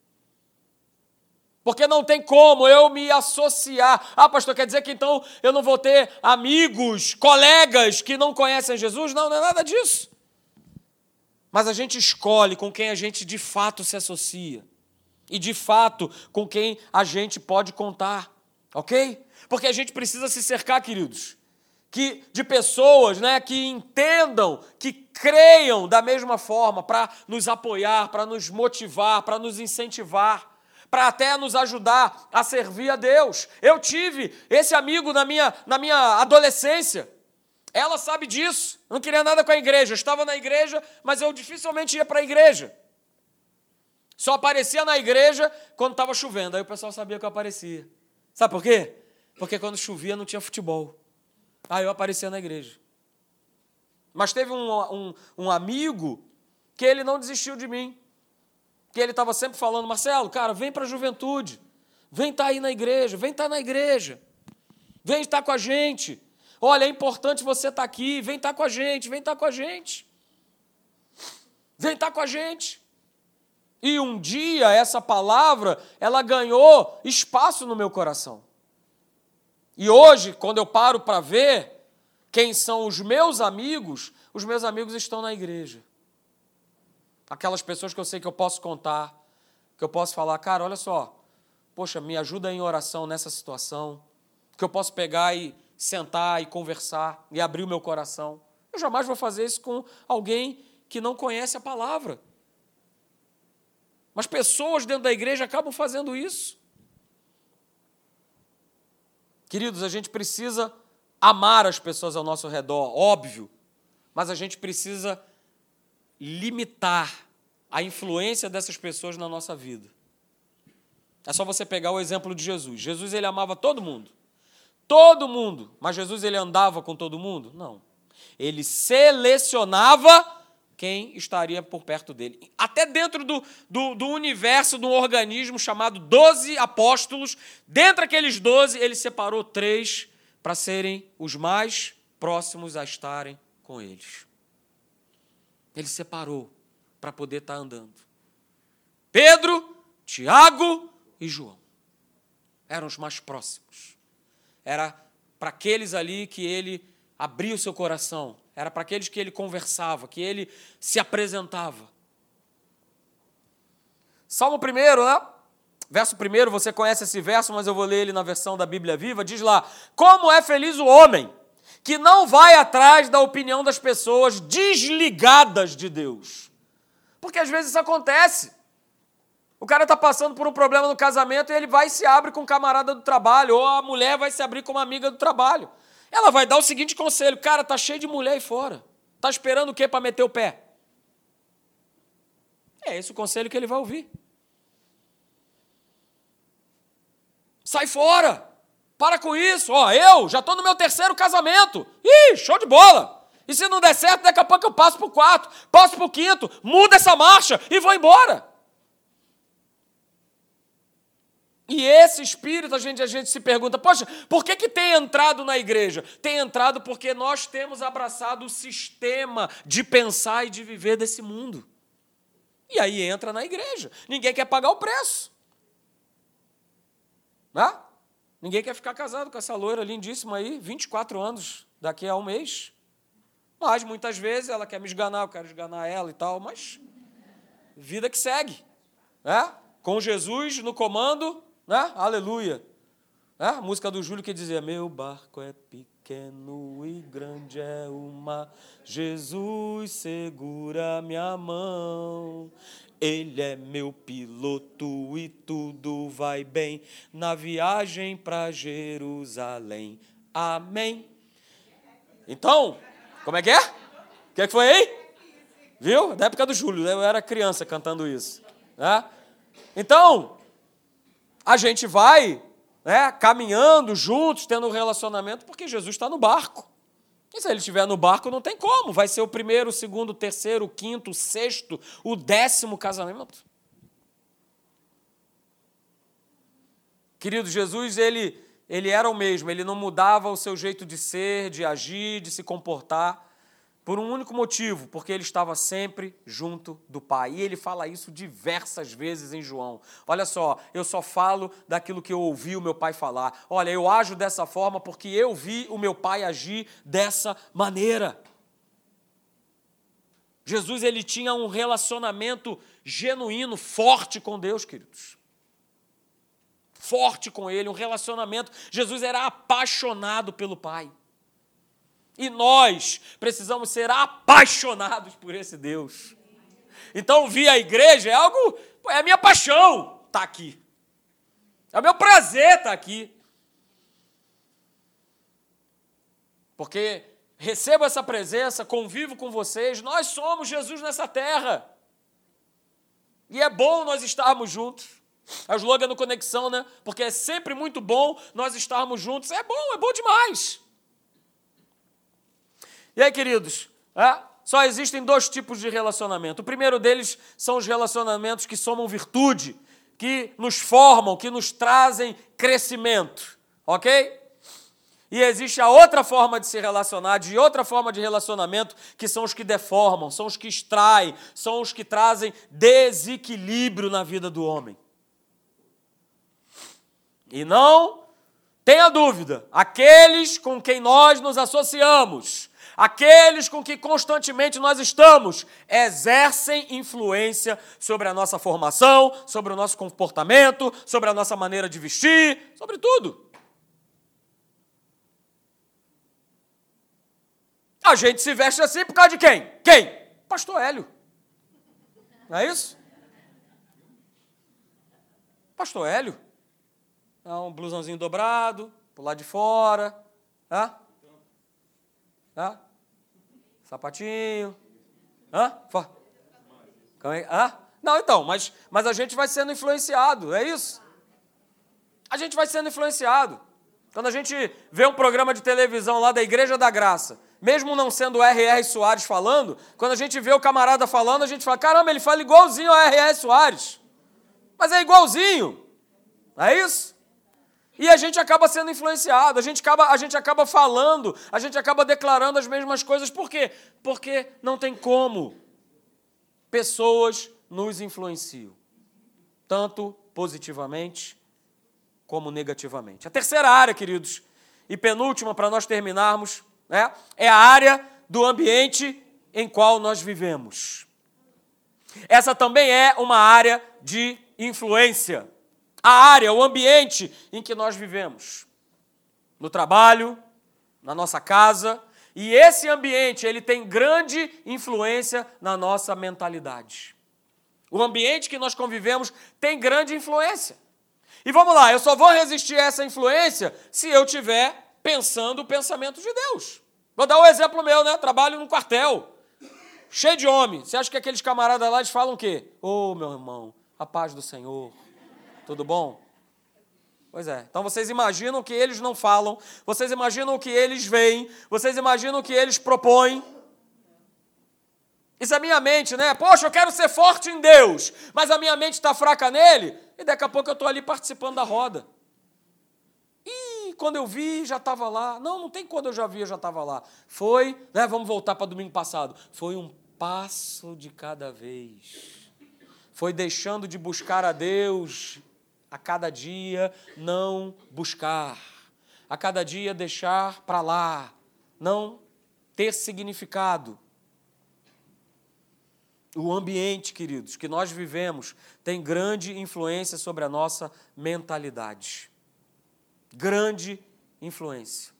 Porque não tem como eu me associar. Ah, pastor, quer dizer que então eu não vou ter amigos, colegas que não conhecem Jesus? Não, não é nada disso. Mas a gente escolhe com quem a gente de fato se associa. E de fato com quem a gente pode contar. Ok? Porque a gente precisa se cercar, queridos, que, de pessoas né, que entendam, que creiam da mesma forma para nos apoiar, para nos motivar, para nos incentivar, para até nos ajudar a servir a Deus. Eu tive esse amigo na minha, na minha adolescência. Ela sabe disso. Eu não queria nada com a igreja. Eu estava na igreja, mas eu dificilmente ia para a igreja. Só aparecia na igreja quando estava chovendo. Aí o pessoal sabia que eu aparecia. Sabe por quê? Porque quando chovia não tinha futebol. Aí eu aparecia na igreja. Mas teve um, um, um amigo que ele não desistiu de mim. Que ele estava sempre falando, Marcelo, cara, vem para a juventude, vem estar aí na igreja, vem estar na igreja, vem estar com a gente, olha, é importante você estar aqui, vem estar com a gente, vem estar com a gente, vem estar com a gente. E um dia essa palavra, ela ganhou espaço no meu coração. E hoje, quando eu paro para ver quem são os meus amigos, os meus amigos estão na igreja. Aquelas pessoas que eu sei que eu posso contar, que eu posso falar, cara, olha só, poxa, me ajuda em oração nessa situação, que eu posso pegar e sentar e conversar e abrir o meu coração. Eu jamais vou fazer isso com alguém que não conhece a palavra. Mas pessoas dentro da igreja acabam fazendo isso. Queridos, a gente precisa amar as pessoas ao nosso redor, óbvio, mas a gente precisa limitar a influência dessas pessoas na nossa vida. É só você pegar o exemplo de Jesus. Jesus, ele amava todo mundo. Todo mundo. Mas Jesus, ele andava com todo mundo? Não. Ele selecionava quem estaria por perto dele. Até dentro do, do, do universo de um organismo chamado doze apóstolos, dentre aqueles doze, ele separou três para serem os mais próximos a estarem com eles. Ele separou para poder estar andando. Pedro, Tiago e João eram os mais próximos. Era para aqueles ali que ele abria o seu coração. Era para aqueles que ele conversava, que ele se apresentava. Salmo primeiro, né? Verso primeiro, você conhece esse verso, mas eu vou ler ele na versão da Bíblia Viva. Diz lá: como é feliz o homem que não vai atrás da opinião das pessoas desligadas de Deus. Porque às vezes isso acontece. O cara está passando por um problema no casamento e ele vai e se abre com um camarada do trabalho, ou a mulher vai se abrir com uma amiga do trabalho. Ela vai dar o seguinte conselho: cara, tá cheio de mulher aí fora. Tá esperando o quê para meter o pé? É esse o conselho que ele vai ouvir. Sai fora. Para com isso. Ó, eu já estou no meu terceiro casamento. Ih, show de bola. E se não der certo, daqui a pouco eu passo para o quarto, passo para o quinto, mudo essa marcha e vou embora. E esse espírito, a gente, a gente se pergunta, poxa, por que, que tem entrado na igreja? Tem entrado porque nós temos abraçado o sistema de pensar e de viver desse mundo. E aí entra na igreja. Ninguém quer pagar o preço. Né? Ninguém quer ficar casado com essa loira lindíssima aí, vinte e quatro anos, daqui a um mês. Mas, muitas vezes, ela quer me esganar, eu quero esganar ela e tal, mas vida que segue. Né? Com Jesus no comando... Né? Aleluia. Né? A música do Júlio que dizia: meu barco é pequeno e grande é o mar, Jesus segura minha mão, Ele é meu piloto e tudo vai bem na viagem para Jerusalém. Amém. Então, como é que é? O que, é que foi aí? Viu? Da época do Júlio, eu era criança cantando isso. Né? Então, a gente vai, né, caminhando juntos, tendo um relacionamento, porque Jesus está no barco. E se ele estiver no barco, não tem como. Vai ser o primeiro, o segundo, o terceiro, o quinto, o sexto, o décimo casamento. Querido, Jesus, ele, ele era o mesmo. Ele não mudava o seu jeito de ser, de agir, de se comportar, por um único motivo, porque ele estava sempre junto do Pai. E ele fala isso diversas vezes em João. Olha só, eu só falo daquilo que eu ouvi o meu Pai falar. Olha, eu ajo dessa forma porque eu vi o meu Pai agir dessa maneira. Jesus, ele tinha um relacionamento genuíno, forte com Deus, queridos. Forte com Ele, um relacionamento. Jesus era apaixonado pelo Pai. E nós precisamos ser apaixonados por esse Deus. Então, vir à igreja é algo, é a minha paixão estar aqui. É o meu prazer estar aqui. Porque recebo essa presença, convivo com vocês, nós somos Jesus nessa terra. E é bom nós estarmos juntos. É o slogan do Conexão, né? Porque é sempre muito bom nós estarmos juntos. É bom, é bom demais. E aí, queridos, é? Só existem dois tipos de relacionamento. O primeiro deles são os relacionamentos que somam virtude, que nos formam, que nos trazem crescimento, ok? E existe a outra forma de se relacionar, de outra forma de relacionamento, que são os que deformam, são os que extraem, são os que trazem desequilíbrio na vida do homem. E não tenha dúvida, aqueles com quem nós nos associamos, aqueles com que constantemente nós estamos, exercem influência sobre a nossa formação, sobre o nosso comportamento, sobre a nossa maneira de vestir, sobre tudo. A gente se veste assim por causa de quem? Quem? Pastor Hélio. Não é isso? Pastor Hélio. É um blusãozinho dobrado, pro lado de fora. Hã? Hã? Sapatinho. Hã? Hã? Não, então, mas, mas a gente vai sendo influenciado, é isso? A gente vai sendo influenciado. Quando a gente vê um programa de televisão lá da Igreja da Graça, mesmo não sendo o R R. Soares falando, quando a gente vê o camarada falando, a gente fala, caramba, ele fala igualzinho ao R R. Soares. Mas é igualzinho. Não é isso? E a gente acaba sendo influenciado, a gente acaba, a gente acaba falando, a gente acaba declarando as mesmas coisas. Por quê? Porque não tem como. Pessoas nos influenciam, tanto positivamente como negativamente. A terceira área, queridos, e penúltima para nós terminarmos, né, é a área do ambiente em qual nós vivemos. Essa também é uma área de influência. A área, o ambiente em que nós vivemos. No trabalho, na nossa casa. E esse ambiente, ele tem grande influência na nossa mentalidade. O ambiente que nós convivemos tem grande influência. E vamos lá, eu só vou resistir a essa influência se eu estiver pensando o pensamento de Deus. Vou dar um exemplo meu, né? Trabalho num quartel, cheio de homem. Você acha que aqueles camaradas lá, eles falam o quê? Ô, meu irmão, a paz do Senhor. Tudo bom? Pois é. Então vocês imaginam o que eles não falam, vocês imaginam o que eles veem, vocês imaginam o que eles propõem. Isso é minha mente, né? Poxa, eu quero ser forte em Deus, mas a minha mente está fraca nele, e daqui a pouco eu estou ali participando da roda. E quando eu vi, já estava lá. Não, não tem quando eu já vi, eu já estava lá. Foi, né? Vamos voltar para domingo passado. Foi um passo de cada vez. Foi deixando de buscar a Deus a cada dia, não buscar. A cada dia deixar para lá, não ter significado. O ambiente, queridos, que nós vivemos tem grande influência sobre a nossa mentalidade. Grande influência.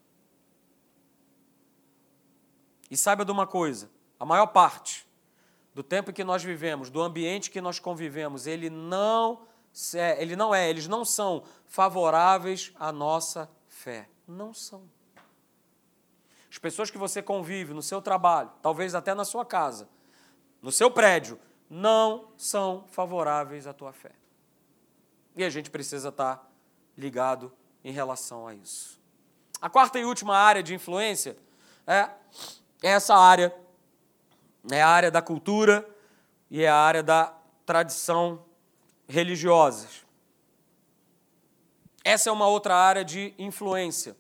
E saiba de uma coisa, a maior parte do tempo em que nós vivemos, do ambiente que nós convivemos, ele não, ele não é, eles não são favoráveis à nossa fé. Não são. As pessoas que você convive no seu trabalho, talvez até na sua casa, no seu prédio, não são favoráveis à tua fé. E a gente precisa estar ligado em relação a isso. A quarta e última área de influência é essa área, é a área da cultura e é a área da tradição religiosa. Essa é uma outra área de influência.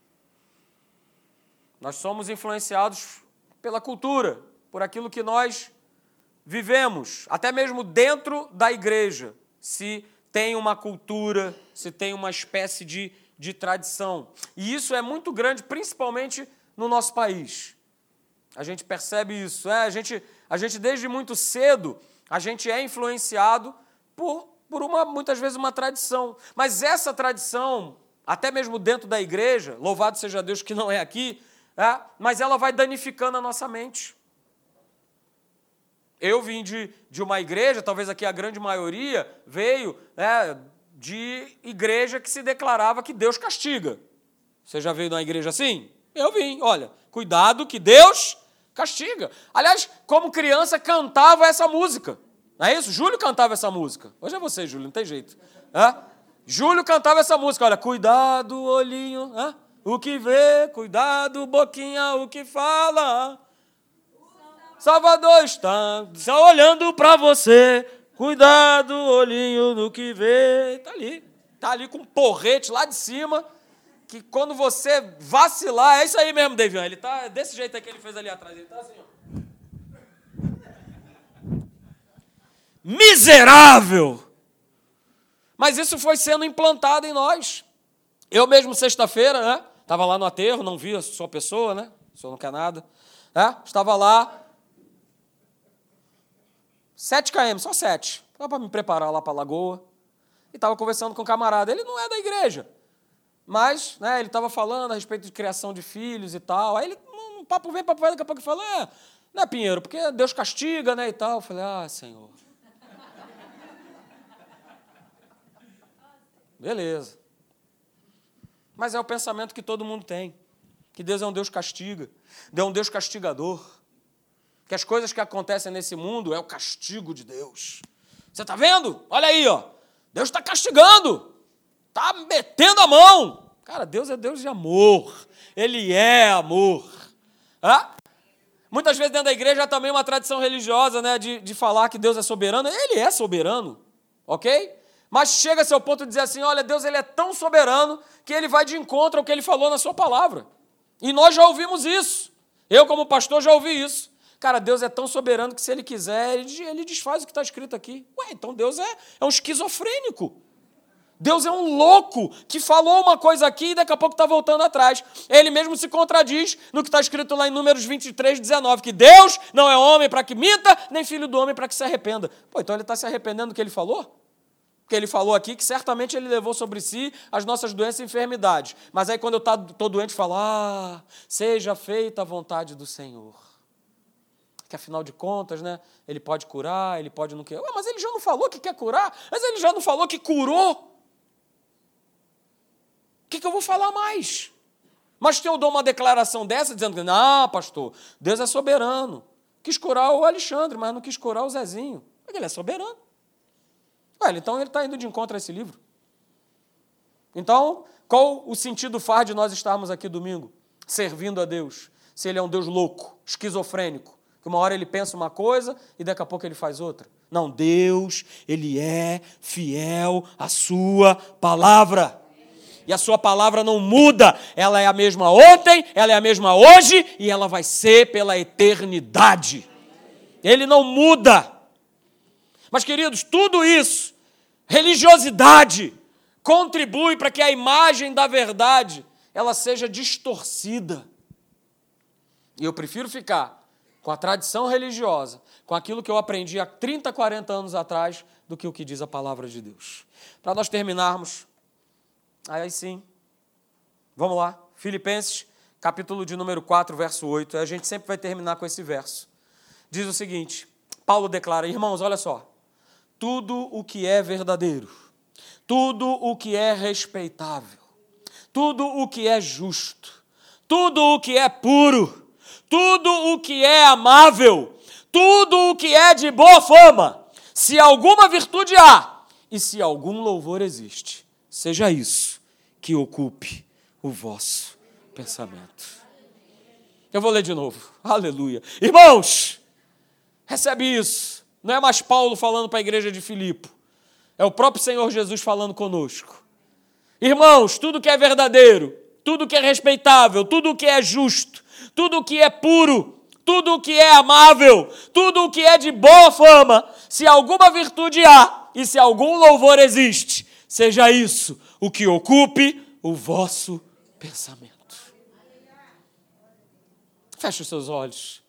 Nós somos influenciados pela cultura, por aquilo que nós vivemos, até mesmo dentro da igreja, se tem uma cultura, se tem uma espécie de, de tradição. E isso é muito grande, principalmente no nosso país. A gente percebe isso. É? A gente, a gente, desde muito cedo, a gente é influenciado por, por uma, muitas vezes, uma tradição. Mas essa tradição, até mesmo dentro da igreja, louvado seja Deus que não é aqui, é? Mas ela vai danificando a nossa mente. Eu vim de, de uma igreja, talvez aqui a grande maioria veio né, de igreja que se declarava que Deus castiga. Você já veio de uma igreja assim? Eu vim, olha, cuidado que Deus castiga. Aliás, como criança cantava essa música, não é isso? Júlio cantava essa música. Hoje é você, Júlio, não tem jeito. É? Júlio cantava essa música, olha, cuidado, olhinho, é? O que vê, cuidado, boquinha, o que fala. Salvador está olhando para você, cuidado, olhinho no que vê. Está ali, está ali com um porrete lá de cima, que quando você vacilar, é isso aí mesmo, Devian, ele está desse jeito aí que ele fez ali atrás, ele está assim, ó. Miserável! Mas isso foi sendo implantado em nós. Eu mesmo, sexta-feira, né, estava lá no aterro, não vi a sua pessoa, né, o senhor não quer nada, né, estava lá, sete quilômetros, só sete. Estava para me preparar lá para a lagoa. E estava conversando com um camarada. Ele não é da igreja. Mas né, ele estava falando a respeito de criação de filhos e tal. Aí ele, um papo vem, papo vai, daqui a pouco ele fala, é, né, Pinheiro, porque Deus castiga, né, e tal. Eu falei, ah, Senhor. Beleza. Mas é o pensamento que todo mundo tem. Que Deus é um Deus castiga. Deus é um Deus castigador. Que as coisas que acontecem nesse mundo é o castigo de Deus. Você está vendo? Olha aí, ó. Deus está castigando. Está metendo a mão. Cara, Deus é Deus de amor. Ele é amor. Hã? Muitas vezes dentro da igreja há também uma tradição religiosa, né, de, de falar que Deus é soberano. Ele é soberano, ok? Mas chega-se ao ponto de dizer assim, olha, Deus ele é tão soberano que ele vai de encontro ao que ele falou na sua palavra. E nós já ouvimos isso. Eu, como pastor, já ouvi isso. Cara, Deus é tão soberano que se ele quiser, ele, ele desfaz o que está escrito aqui. Ué, então Deus é, é um esquizofrênico. Deus é um louco que falou uma coisa aqui e daqui a pouco está voltando atrás. Ele mesmo se contradiz no que está escrito lá em Números vinte e três, dezenove, que Deus não é homem para que minta, nem filho do homem para que se arrependa. Pô, então ele está se arrependendo do que ele falou? Porque ele falou aqui que certamente ele levou sobre si as nossas doenças e enfermidades. Mas aí quando eu estou doente, eu falo, ah, seja feita a vontade do Senhor. Que afinal de contas, né, ele pode curar, ele pode não querer. Ué, mas ele já não falou que quer curar? Mas ele já não falou que curou? O que, que eu vou falar mais? Mas se eu dou uma declaração dessa, dizendo que, não, pastor, Deus é soberano. Quis curar o Alexandre, mas não quis curar o Zezinho. Porque ele é soberano. Ué, então ele está indo de encontro a esse livro. Então, qual o sentido faz de nós estarmos aqui domingo, servindo a Deus, se ele é um Deus louco, esquizofrênico, que uma hora ele pensa uma coisa e daqui a pouco ele faz outra? Não, Deus, ele é fiel à sua palavra. E a sua palavra não muda, ela é a mesma ontem, ela é a mesma hoje e ela vai ser pela eternidade. Ele não muda. Mas, queridos, tudo isso, religiosidade, contribui para que a imagem da verdade ela seja distorcida. E eu prefiro ficar com a tradição religiosa, com aquilo que eu aprendi há trinta, quarenta anos atrás, do que o que diz a palavra de Deus. Para nós terminarmos, aí sim, vamos lá, Filipenses, capítulo de número quatro, verso oito, a gente sempre vai terminar com esse verso. Diz o seguinte, Paulo declara, irmãos, olha só, tudo o que é verdadeiro, tudo o que é respeitável, tudo o que é justo, tudo o que é puro, tudo o que é amável, tudo o que é de boa fama, se alguma virtude há e se algum louvor existe, seja isso que ocupe o vosso pensamento. Eu vou ler de novo. Aleluia. Irmãos, recebe isso. Não é mais Paulo falando para a igreja de Filipe. É o próprio Senhor Jesus falando conosco. Irmãos, tudo que é verdadeiro, tudo que é respeitável, tudo que é justo, tudo que é puro, tudo que é amável, tudo que é de boa fama, se alguma virtude há e se algum louvor existe, seja isso o que ocupe o vosso pensamento. Feche os seus olhos.